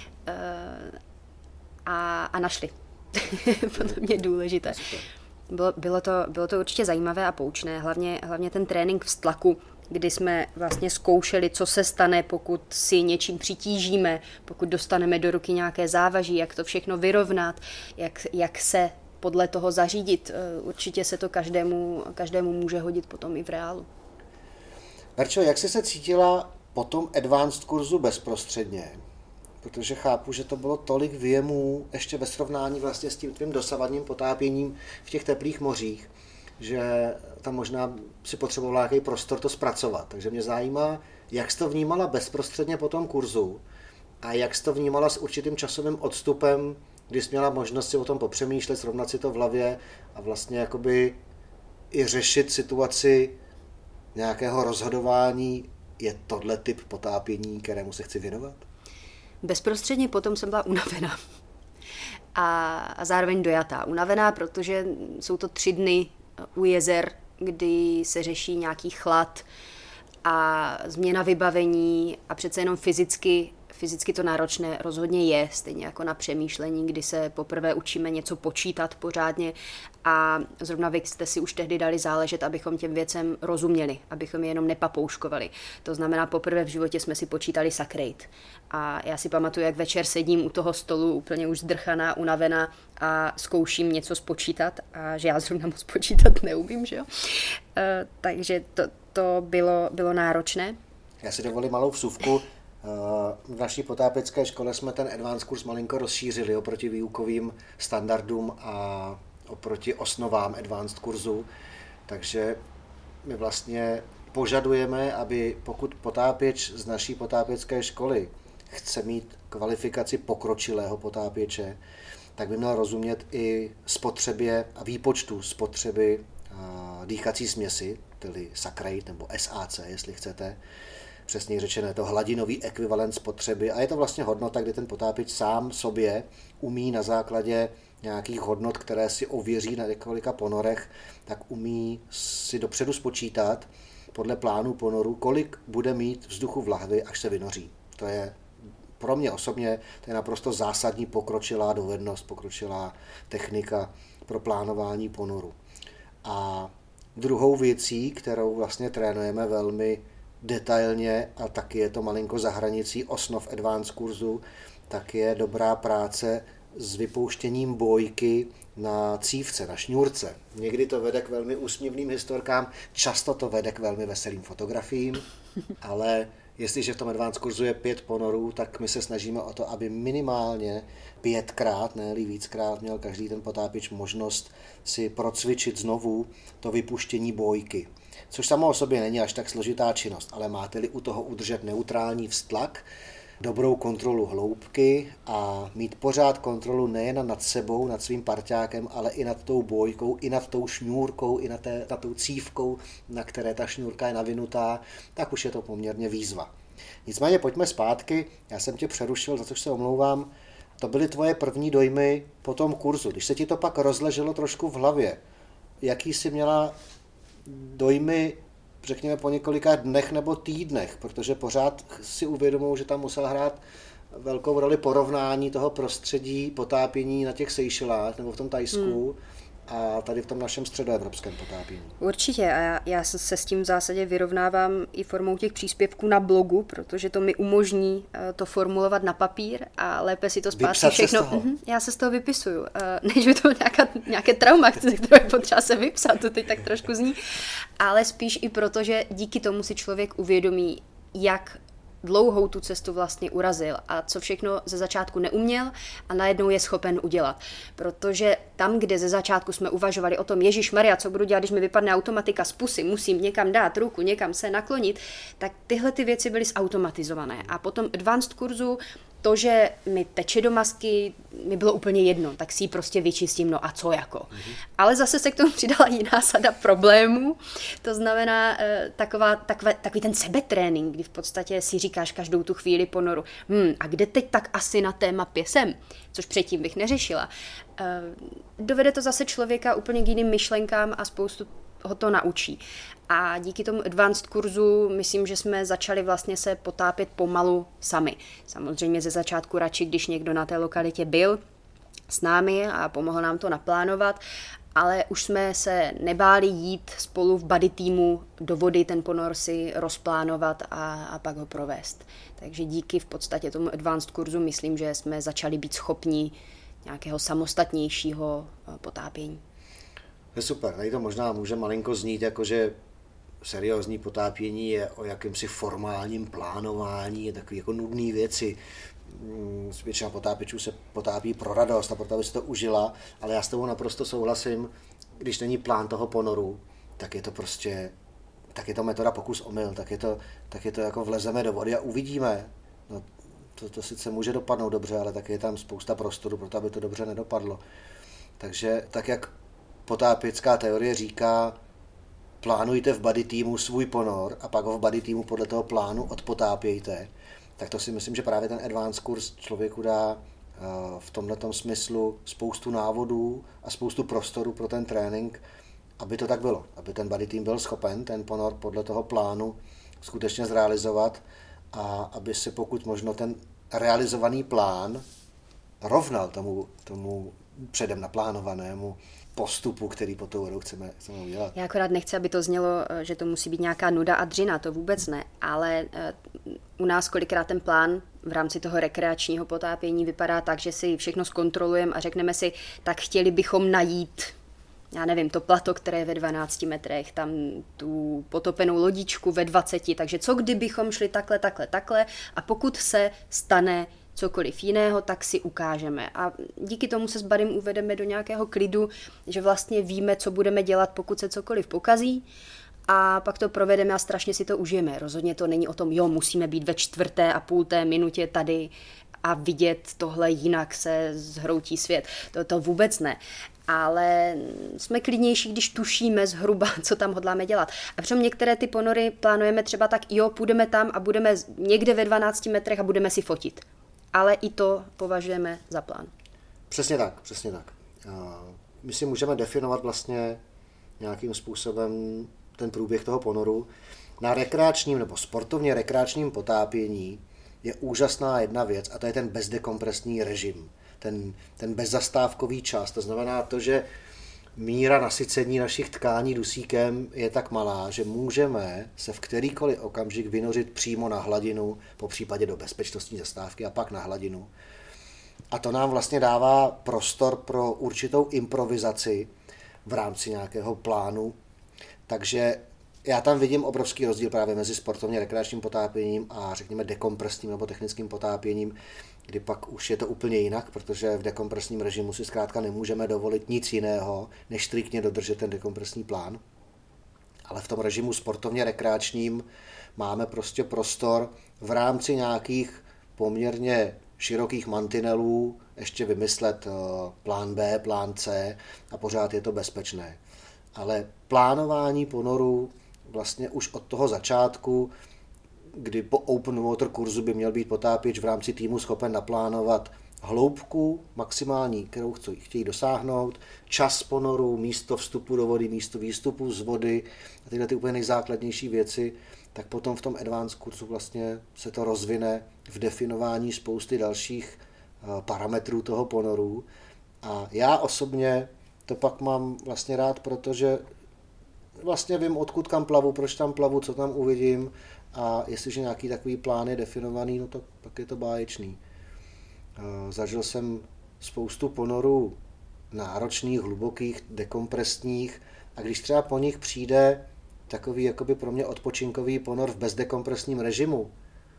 a našli. Podle mě důležité. Bylo to určitě zajímavé a poučné, hlavně ten trénink v stlaku, kdy jsme vlastně zkoušeli, co se stane, pokud si něčím přitížíme, pokud dostaneme do ruky nějaké závaží, jak to všechno vyrovnat, jak se podle toho zařídit. Určitě se to každému může hodit potom i v reálu. Verčo, jak jsi se cítila po tom advanced kurzu bezprostředně? Protože chápu, že to bylo tolik věmů ještě ve srovnání vlastně s tím tvým dosavadním potápěním v těch teplých mořích, že tam možná si potřebovala nějaký prostor to zpracovat. Takže mě zajímá, jak jsi to vnímala bezprostředně po tom kurzu a jak jsi to vnímala s určitým časovým odstupem, kdy jsi měla možnost si o tom popřemýšlet, srovnat si to v hlavě a vlastně jakoby i řešit situaci nějakého rozhodování, je tohle typ potápění, kterému se chci věnovat? Bezprostředně potom jsem byla unavená a zároveň dojatá. Unavená, protože jsou to 3 dny u jezer, kdy se řeší nějaký chlad a změna vybavení a přece jenom fyzicky to náročné rozhodně je, stejně jako na přemýšlení, kdy se poprvé učíme něco počítat pořádně a zrovna vy jste si už tehdy dali záležet, abychom těm věcem rozuměli, abychom je jenom nepapouškovali. To znamená, poprvé v životě jsme si počítali sakrate. A já si pamatuju, jak večer sedím u toho stolu úplně už zdrchaná, unavená a zkouším něco spočítat a že já zrovna moc počítat neumím, že jo? Takže to bylo náročné. Já si dovolím malou vsuvku. V naší potápěcké škole jsme ten advanced kurz malinko rozšířili oproti výukovým standardům a oproti osnovám advanced kurzu. Takže my vlastně požadujeme, aby pokud potápěč z naší potápěcké školy chce mít kvalifikaci pokročilého potápěče, tak by měl rozumět i spotřebě a výpočtu spotřeby dýchací směsi, tedy saccharide nebo SAC, jestli chcete. Přesně řečeno je to hladinový ekvivalent spotřeby a je to vlastně hodnota, kdy ten potápěč sám sobě umí na základě nějakých hodnot, které si ověří na několika ponorech, tak umí si dopředu spočítat podle plánu ponoru, kolik bude mít vzduchu v lahvi, až se vynoří. To je pro mě osobně to je naprosto zásadní pokročilá dovednost, pokročilá technika pro plánování ponoru. A druhou věcí, kterou vlastně trénujeme velmi detailně, a taky je to malinko za hranicí osnov advanced kurzu, tak je dobrá práce s vypouštěním bojky na cívce, na šňůrce. Někdy to vede k velmi úsměvným historkám, často to vede k velmi veselým fotografiím, ale jestliže v tom advanced kurzu je 5 ponorů, tak my se snažíme o to, aby minimálně 5krát, ne-li víckrát, měl každý ten potápěč možnost si procvičit znovu to vypuštění bojky. Což samo o sobě není až tak složitá činnost, ale máte-li u toho udržet neutrální vztlak, dobrou kontrolu hloubky a mít pořád kontrolu nejen nad sebou, nad svým parťákem, ale i nad tou bojkou, i nad tou šňůrkou, i nad tou cívkou, na které ta šňůrka je navinutá, tak už je to poměrně výzva. Nicméně pojďme zpátky, já jsem tě přerušil, za což se omlouvám. To byly tvoje první dojmy po tom kurzu. Když se ti to pak rozleželo trošku v hlavě, jaký jsi měla dojmy, řekněme, po několika dnech nebo týdnech, protože pořád si uvědomuji, že tam musel hrát velkou roli porovnání toho prostředí potápění na těch Seychelách nebo v tom Thajsku a tady v tom našem středoevropském potápění. Určitě a já se s tím v zásadě vyrovnávám i formou těch příspěvků na blogu, protože to mi umožní to formulovat na papír a lépe si to zpátky všechno. Já se z toho vypisuju. Než by to nějaké trauma, které je potřeba se vypsat, to teď tak trošku zní, ale spíš i proto, že díky tomu si člověk uvědomí, jak dlouhou tu cestu vlastně urazil a co všechno ze začátku neuměl a najednou je schopen udělat. Protože tam, kde ze začátku jsme uvažovali o tom, Ježišmarja, co budu dělat, když mi vypadne automatika z pusy, musím někam dát ruku, někam se naklonit, tak tyhle ty věci byly zautomatizované. A potom advanced kurzu to, že mi teče do masky, mi bylo úplně jedno, tak si ji prostě vyčistím, no a co jako. Ale zase se k tomu přidala jiná sada problémů, to znamená takový ten sebetrénink, kdy v podstatě si říkáš každou tu chvíli ponoru, a kde teď tak asi na té mapě jsem, což předtím bych neřešila. Dovede to zase člověka úplně k jiným myšlenkám a spoustu ho to naučí. A díky tomu advanced kurzu myslím, že jsme začali vlastně se potápět pomalu sami. Samozřejmě ze začátku radši, když někdo na té lokalitě byl s námi a pomohl nám to naplánovat, ale už jsme se nebáli jít spolu v buddy týmu do vody, ten ponor si rozplánovat a pak ho provést. Takže díky v podstatě tomu advanced kurzu myslím, že jsme začali být schopni nějakého samostatnějšího potápění. Je super, tady to možná může malinko znít, jakože seriózní potápění je o jakýmsi formálním plánování, je takový jako nudný věci. Většina potápěčů se potápí pro radost a proto, aby se to užila, ale já s tebou naprosto souhlasím, když není plán toho ponoru, tak je to prostě, tak je to metoda pokus omyl, tak je to jako vlezeme do vody a uvidíme. No, to sice může dopadnout dobře, ale tak je tam spousta prostoru pro to, aby to dobře nedopadlo. Takže tak, jak potápěcká teorie říká, plánujte v buddy týmu svůj ponor a pak ho v buddy týmu podle toho plánu odpotápějte, tak to si myslím, že právě ten advanced kurz člověku dá v tomhletom smyslu spoustu návodů a spoustu prostoru pro ten trénink, aby to tak bylo, aby ten buddy tým byl schopen ten ponor podle toho plánu skutečně zrealizovat a aby si pokud možno ten realizovaný plán rovnal tomu předem naplánovanému postupu, který po tou vodou chceme udělat. Já akorát nechci, aby to znělo, že to musí být nějaká nuda a dřina, to vůbec ne, ale u nás kolikrát ten plán v rámci toho rekreačního potápění vypadá tak, že si všechno zkontrolujeme a řekneme si, tak chtěli bychom najít, já nevím, to plato, které je ve 12 metrech, tam tu potopenou lodičku ve 20, takže co kdybychom šli takhle a pokud se stane cokoliv jiného, tak si ukážeme. A díky tomu se s budem uvedeme do nějakého klidu, že vlastně víme, co budeme dělat, pokud se cokoliv pokazí a pak to provedeme a strašně si to užijeme. Rozhodně to není o tom, musíme být ve 4:30 minutě tady, a vidět tohle jinak se zhroutí svět. To vůbec ne. Ale jsme klidnější, když tušíme zhruba, co tam hodláme dělat. A přitom některé ty ponory plánujeme třeba tak, půjdeme tam a budeme někde ve 12 metrech a budeme si fotit. Ale i to považujeme za plán. Přesně tak, přesně tak. My si můžeme definovat vlastně nějakým způsobem ten průběh toho ponoru. Na rekreačním nebo sportovně rekreačním potápění je úžasná jedna věc a to je ten bezdekompresní režim. Ten bezzastávkový čas. To znamená to, že míra nasycení našich tkání dusíkem je tak malá, že můžeme se v kterýkoliv okamžik vynořit přímo na hladinu, po případě do bezpečnostní zastávky a pak na hladinu. A to nám vlastně dává prostor pro určitou improvizaci v rámci nějakého plánu. Takže já tam vidím obrovský rozdíl právě mezi sportovně rekreačním potápěním a řekněme dekompresním nebo technickým potápěním, kdy pak už je to úplně jinak, protože v dekompresním režimu si zkrátka nemůžeme dovolit nic jiného, než striktně dodržet ten dekompresní plán. Ale v tom režimu sportovně rekreačním máme prostě prostor v rámci nějakých poměrně širokých mantinelů ještě vymyslet plán B, plán C a pořád je to bezpečné. Ale plánování ponoru vlastně už od toho začátku, kdy po open water kurzu by měl být potápěč v rámci týmu schopen naplánovat hloubku maximální, kterou chtějí dosáhnout, čas ponoru, místo vstupu do vody, místo výstupu z vody a tyhle ty úplně nejzákladnější věci, tak potom v tom advanced kurzu vlastně se to rozvine v definování spousty dalších parametrů toho ponoru. A já osobně to pak mám vlastně rád, protože vlastně vím, odkud kam plavu, proč tam plavu, co tam uvidím a jestliže nějaký takový plán je definovaný, no to pak je to báječný. Zažil jsem spoustu ponorů náročných, hlubokých, dekompresních a když třeba po nich přijde takový jakoby pro mě odpočinkový ponor v bezdekompresním režimu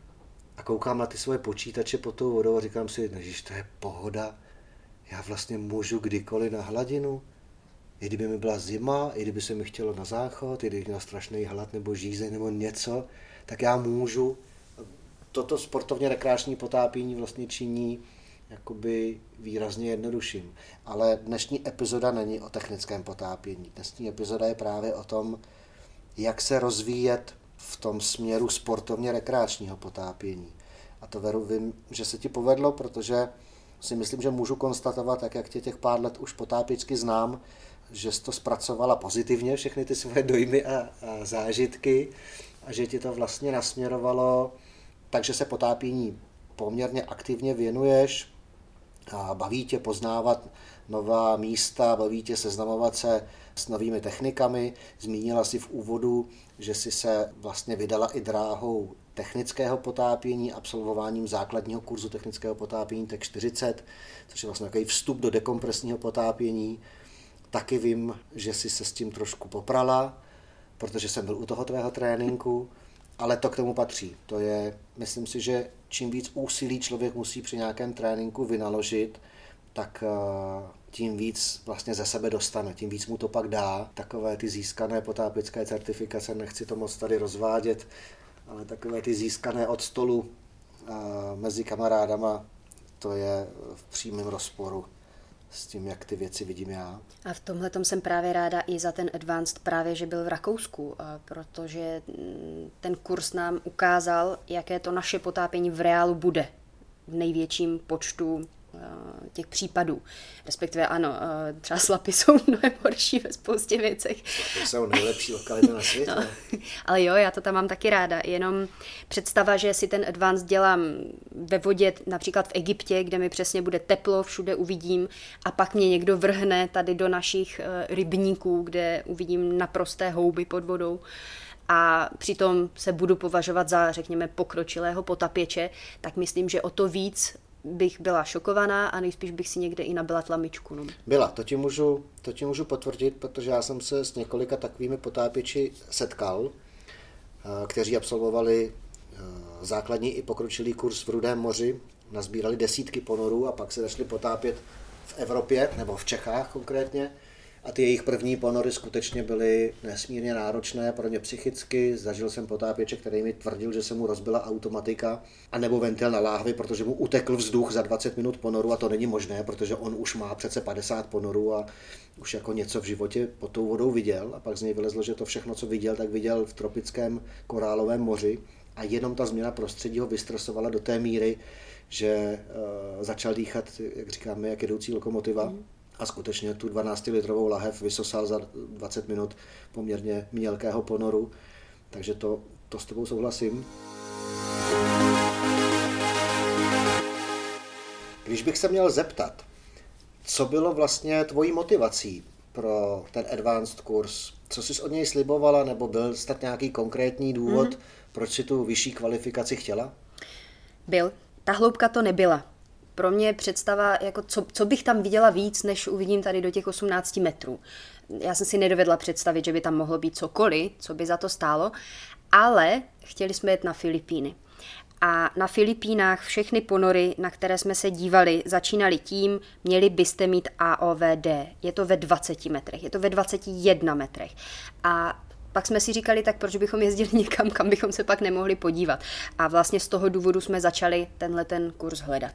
a koukám na ty svoje počítače pod tou vodou a říkám si, ježiš, to je pohoda, já vlastně můžu kdykoliv na hladinu, i kdyby mi byla zima, i kdyby se mi chtělo na záchod, i kdyby měl strašný hlad nebo žízeň nebo něco, tak já můžu. Toto sportovně rekreační potápění vlastně činí jakoby výrazně jednodušším. Ale dnešní epizoda není o technickém potápění. Dnešní epizoda je právě o tom, jak se rozvíjet v tom směru sportovně rekreačního potápění. A to Veru, vím, že se ti povedlo, protože si myslím, že můžu konstatovat, tak jak tě těch pár let už potápěčsky znám, že jsi to zpracovala pozitivně, všechny ty svoje dojmy a zážitky a že ti to vlastně nasměrovalo, takže se potápění poměrně aktivně věnuješ a baví tě poznávat nová místa, baví tě seznamovat se s novými technikami. Zmínila si v úvodu, že si se vlastně vydala i dráhou technického potápění, absolvováním základního kurzu technického potápění TEK 40, což je vlastně takový vstup do dekompresního potápění. Taky vím, že jsi se s tím trošku poprala, protože jsem byl u toho tvého tréninku, ale to k tomu patří. To je, myslím si, že čím víc úsilí člověk musí při nějakém tréninku vynaložit, tak tím víc vlastně ze sebe dostane, tím víc mu to pak dá. Takové ty získané potápěcké certifikace, nechci to moc tady rozvádět, ale takové ty získané od stolu mezi kamarádama, to je v přímém rozporu s tím, jak ty věci vidím já. A v tomhletom jsem právě ráda i za ten advanced právě, že byl v Rakousku, protože ten kurz nám ukázal, jaké to naše potápění v reálu bude v největším počtu těch případů. Respektive ano, třeba slapy jsou mnohem horší ve spoustě věcech. Slapy jsou nejlepší lokalita na světě. No, ale jo, já to tam mám taky ráda. Jenom představa, že si ten advanced dělám ve vodě, například v Egyptě, kde mi přesně bude teplo, všude uvidím a pak mě někdo vrhne tady do našich rybníků, kde uvidím naprosté houby pod vodou a přitom se budu považovat za, řekněme, pokročilého potapěče, tak myslím, že o to víc bych byla šokovaná a nejspíš bych si někde i nabila tlamičku. No. Byla, to ti můžu potvrdit, protože já jsem se s několika takovými potápěči setkal, kteří absolvovali základní i pokročilý kurz v Rudém moři, nazbírali desítky ponorů a pak se začali potápět v Evropě, nebo v Čechách konkrétně, A ty jejich první ponory skutečně byly nesmírně náročné pro mě psychicky. Zažil jsem potápěče, který mi tvrdil, že se mu rozbila automatika anebo ventil na láhvi, protože mu utekl vzduch za 20 minut ponoru a to není možné, protože on už má přece 50 ponorů a už jako něco v životě pod tou vodou viděl a pak z něj vylezlo, že to všechno, co viděl, tak viděl v tropickém korálovém moři a jenom ta změna prostředí ho vystresovala do té míry, že začal dýchat, jak říkáme, jak jedoucí lokomotiva. A skutečně tu 12-litrovou lahev vysosal za 20 minut poměrně mělkého ponoru. Takže to s tebou souhlasím. Když bych se měl zeptat, co bylo vlastně tvojí motivací pro ten advanced kurz? Co jsi od něj slibovala, nebo byl snad nějaký konkrétní důvod, proč si tu vyšší kvalifikaci chtěla? Byl. Ta hloubka to nebyla. Pro mě představa, jako co bych tam viděla víc, než uvidím tady do těch 18 metrů. Já jsem si nedovedla představit, že by tam mohlo být cokoliv, co by za to stálo, ale chtěli jsme jet na Filipíny. A na Filipínách všechny ponory, na které jsme se dívali, začínaly tím, měli byste mít AOVD. Je to ve 20 metrech, je to ve 21 metrech. A pak jsme si říkali, tak proč bychom jezdili někam, kam bychom se pak nemohli podívat. A vlastně z toho důvodu jsme začali ten kurz hledat.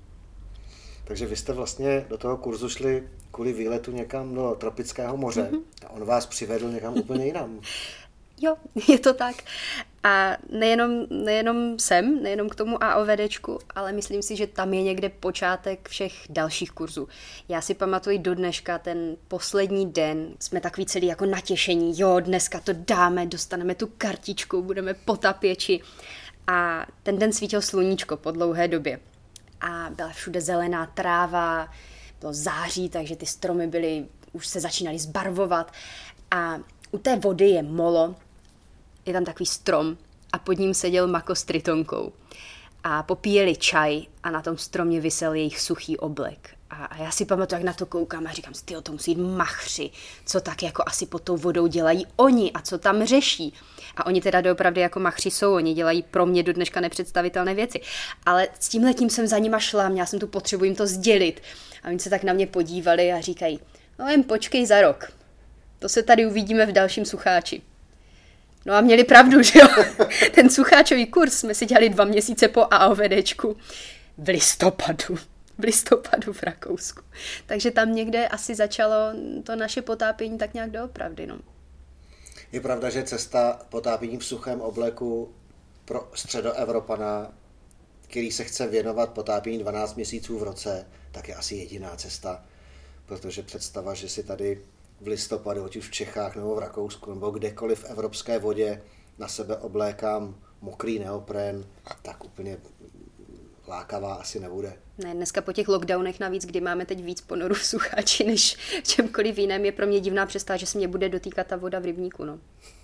Takže vy jste vlastně do toho kurzu šli kvůli výletu někam do tropického moře a on vás přivedl někam úplně jinam. Jo, je to tak. A nejenom k tomu AOVDčku, ale myslím si, že tam je někde počátek všech dalších kurzů. Já si pamatuju do dneška ten poslední den, jsme takový celý jako natěšení, jo, dneska to dáme, dostaneme tu kartičku, budeme potapěči. A ten den svítilo sluníčko po dlouhé době. A byla všude zelená tráva, bylo září, takže ty stromy už se začínaly zbarvovat. A u té vody je molo, je tam takový strom a pod ním seděl Mako s Tritonkou. A popíjeli čaj a na tom stromě visel jejich suchý oblek. A já si pamatuju, jak na to koukám a říkám, tyjo, to musí jít machři, co tak jako asi pod tou vodou dělají oni a co tam řeší. A oni teda doopravdy jako machři jsou, oni dělají pro mě do dneška nepředstavitelné věci. Ale s tímhletím jsem za nima šla, měla jsem tu potřebu jim to sdělit. A oni se tak na mě podívali a říkají, no jen počkej za rok, to se tady uvidíme v dalším sucháči. No a měli pravdu, že jo? Ten sucháčový kurz jsme si dělali 2 měsíce po AOVDčku v listopadu v Rakousku. Takže tam někde asi začalo to naše potápění tak nějak doopravdy, no. Je pravda, že cesta potápění v suchém obleku pro středoevropana, který se chce věnovat potápění 12 měsíců v roce, tak je asi jediná cesta, protože představa, že si tady v listopadu, ať už v Čechách nebo v Rakousku nebo kdekoliv v evropské vodě na sebe oblékám mokrý neopren, tak úplně lákavá asi nebude. Ne, dneska po těch lockdownech navíc, kdy máme teď víc ponorů v sucháči než v čemkoliv jiném, je pro mě divná představa, že se mě bude dotýkat ta voda v rybníku. No.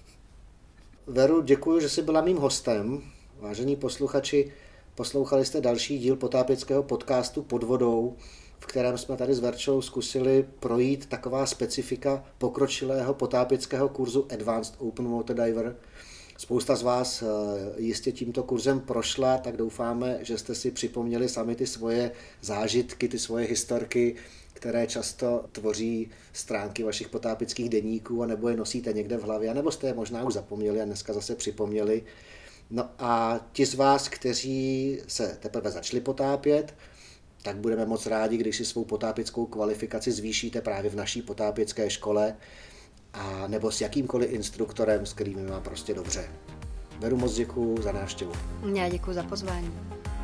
Veru, děkuji, že jsi byla mým hostem. Vážení posluchači, poslouchali jste další díl potápěckého podcastu Pod vodou, v kterém jsme tady s Verčou zkusili projít taková specifika pokročilého potápěckého kurzu Advanced Open Water Diver. Spousta z vás jistě tímto kurzem prošla, tak doufáme, že jste si připomněli sami ty svoje zážitky, ty svoje historky, které často tvoří stránky vašich potápěckých deníků, anebo je nosíte někde v hlavě, anebo jste je možná už zapomněli a dneska zase připomněli. No a ti z vás, kteří se teprve začali potápět, tak budeme moc rádi, když si svou potápěckou kvalifikaci zvýšíte právě v naší potápěcké škole a nebo s jakýmkoliv instruktorem, s kterým má prostě dobře. Veru, moc děkuju za návštěvu. Já děkuju za pozvání.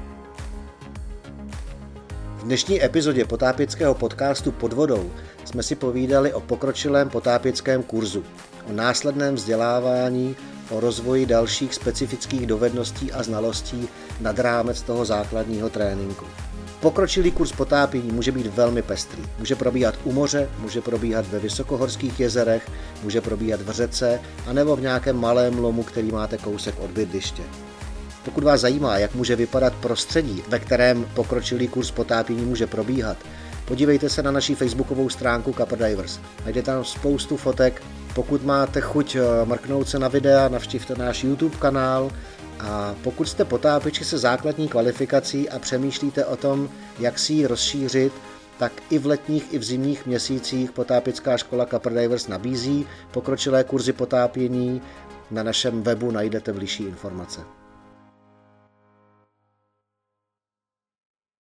V dnešní epizodě potápěckého podcastu Pod vodou jsme si povídali o pokročilém potápěckém kurzu, o následném vzdělávání, o rozvoji dalších specifických dovedností a znalostí nad rámec toho základního tréninku. Pokročilý kurz potápění může být velmi pestrý. Může probíhat u moře, může probíhat ve vysokohorských jezerech, může probíhat v řece, anebo v nějakém malém lomu, který máte kousek od bydliště. Pokud vás zajímá, jak může vypadat prostředí, ve kterém pokročilý kurz potápění může probíhat, podívejte se na naši facebookovou stránku Copper Divers. Najdete tam spoustu fotek. Pokud máte chuť mrknout se na videa, navštivte náš YouTube kanál. A pokud jste potápěči se základní kvalifikací a přemýšlíte o tom, jak si ji rozšířit, tak i v letních, i v zimních měsících potápěcká škola Copper Divers nabízí pokročilé kurzy potápění. Na našem webu najdete bližší informace.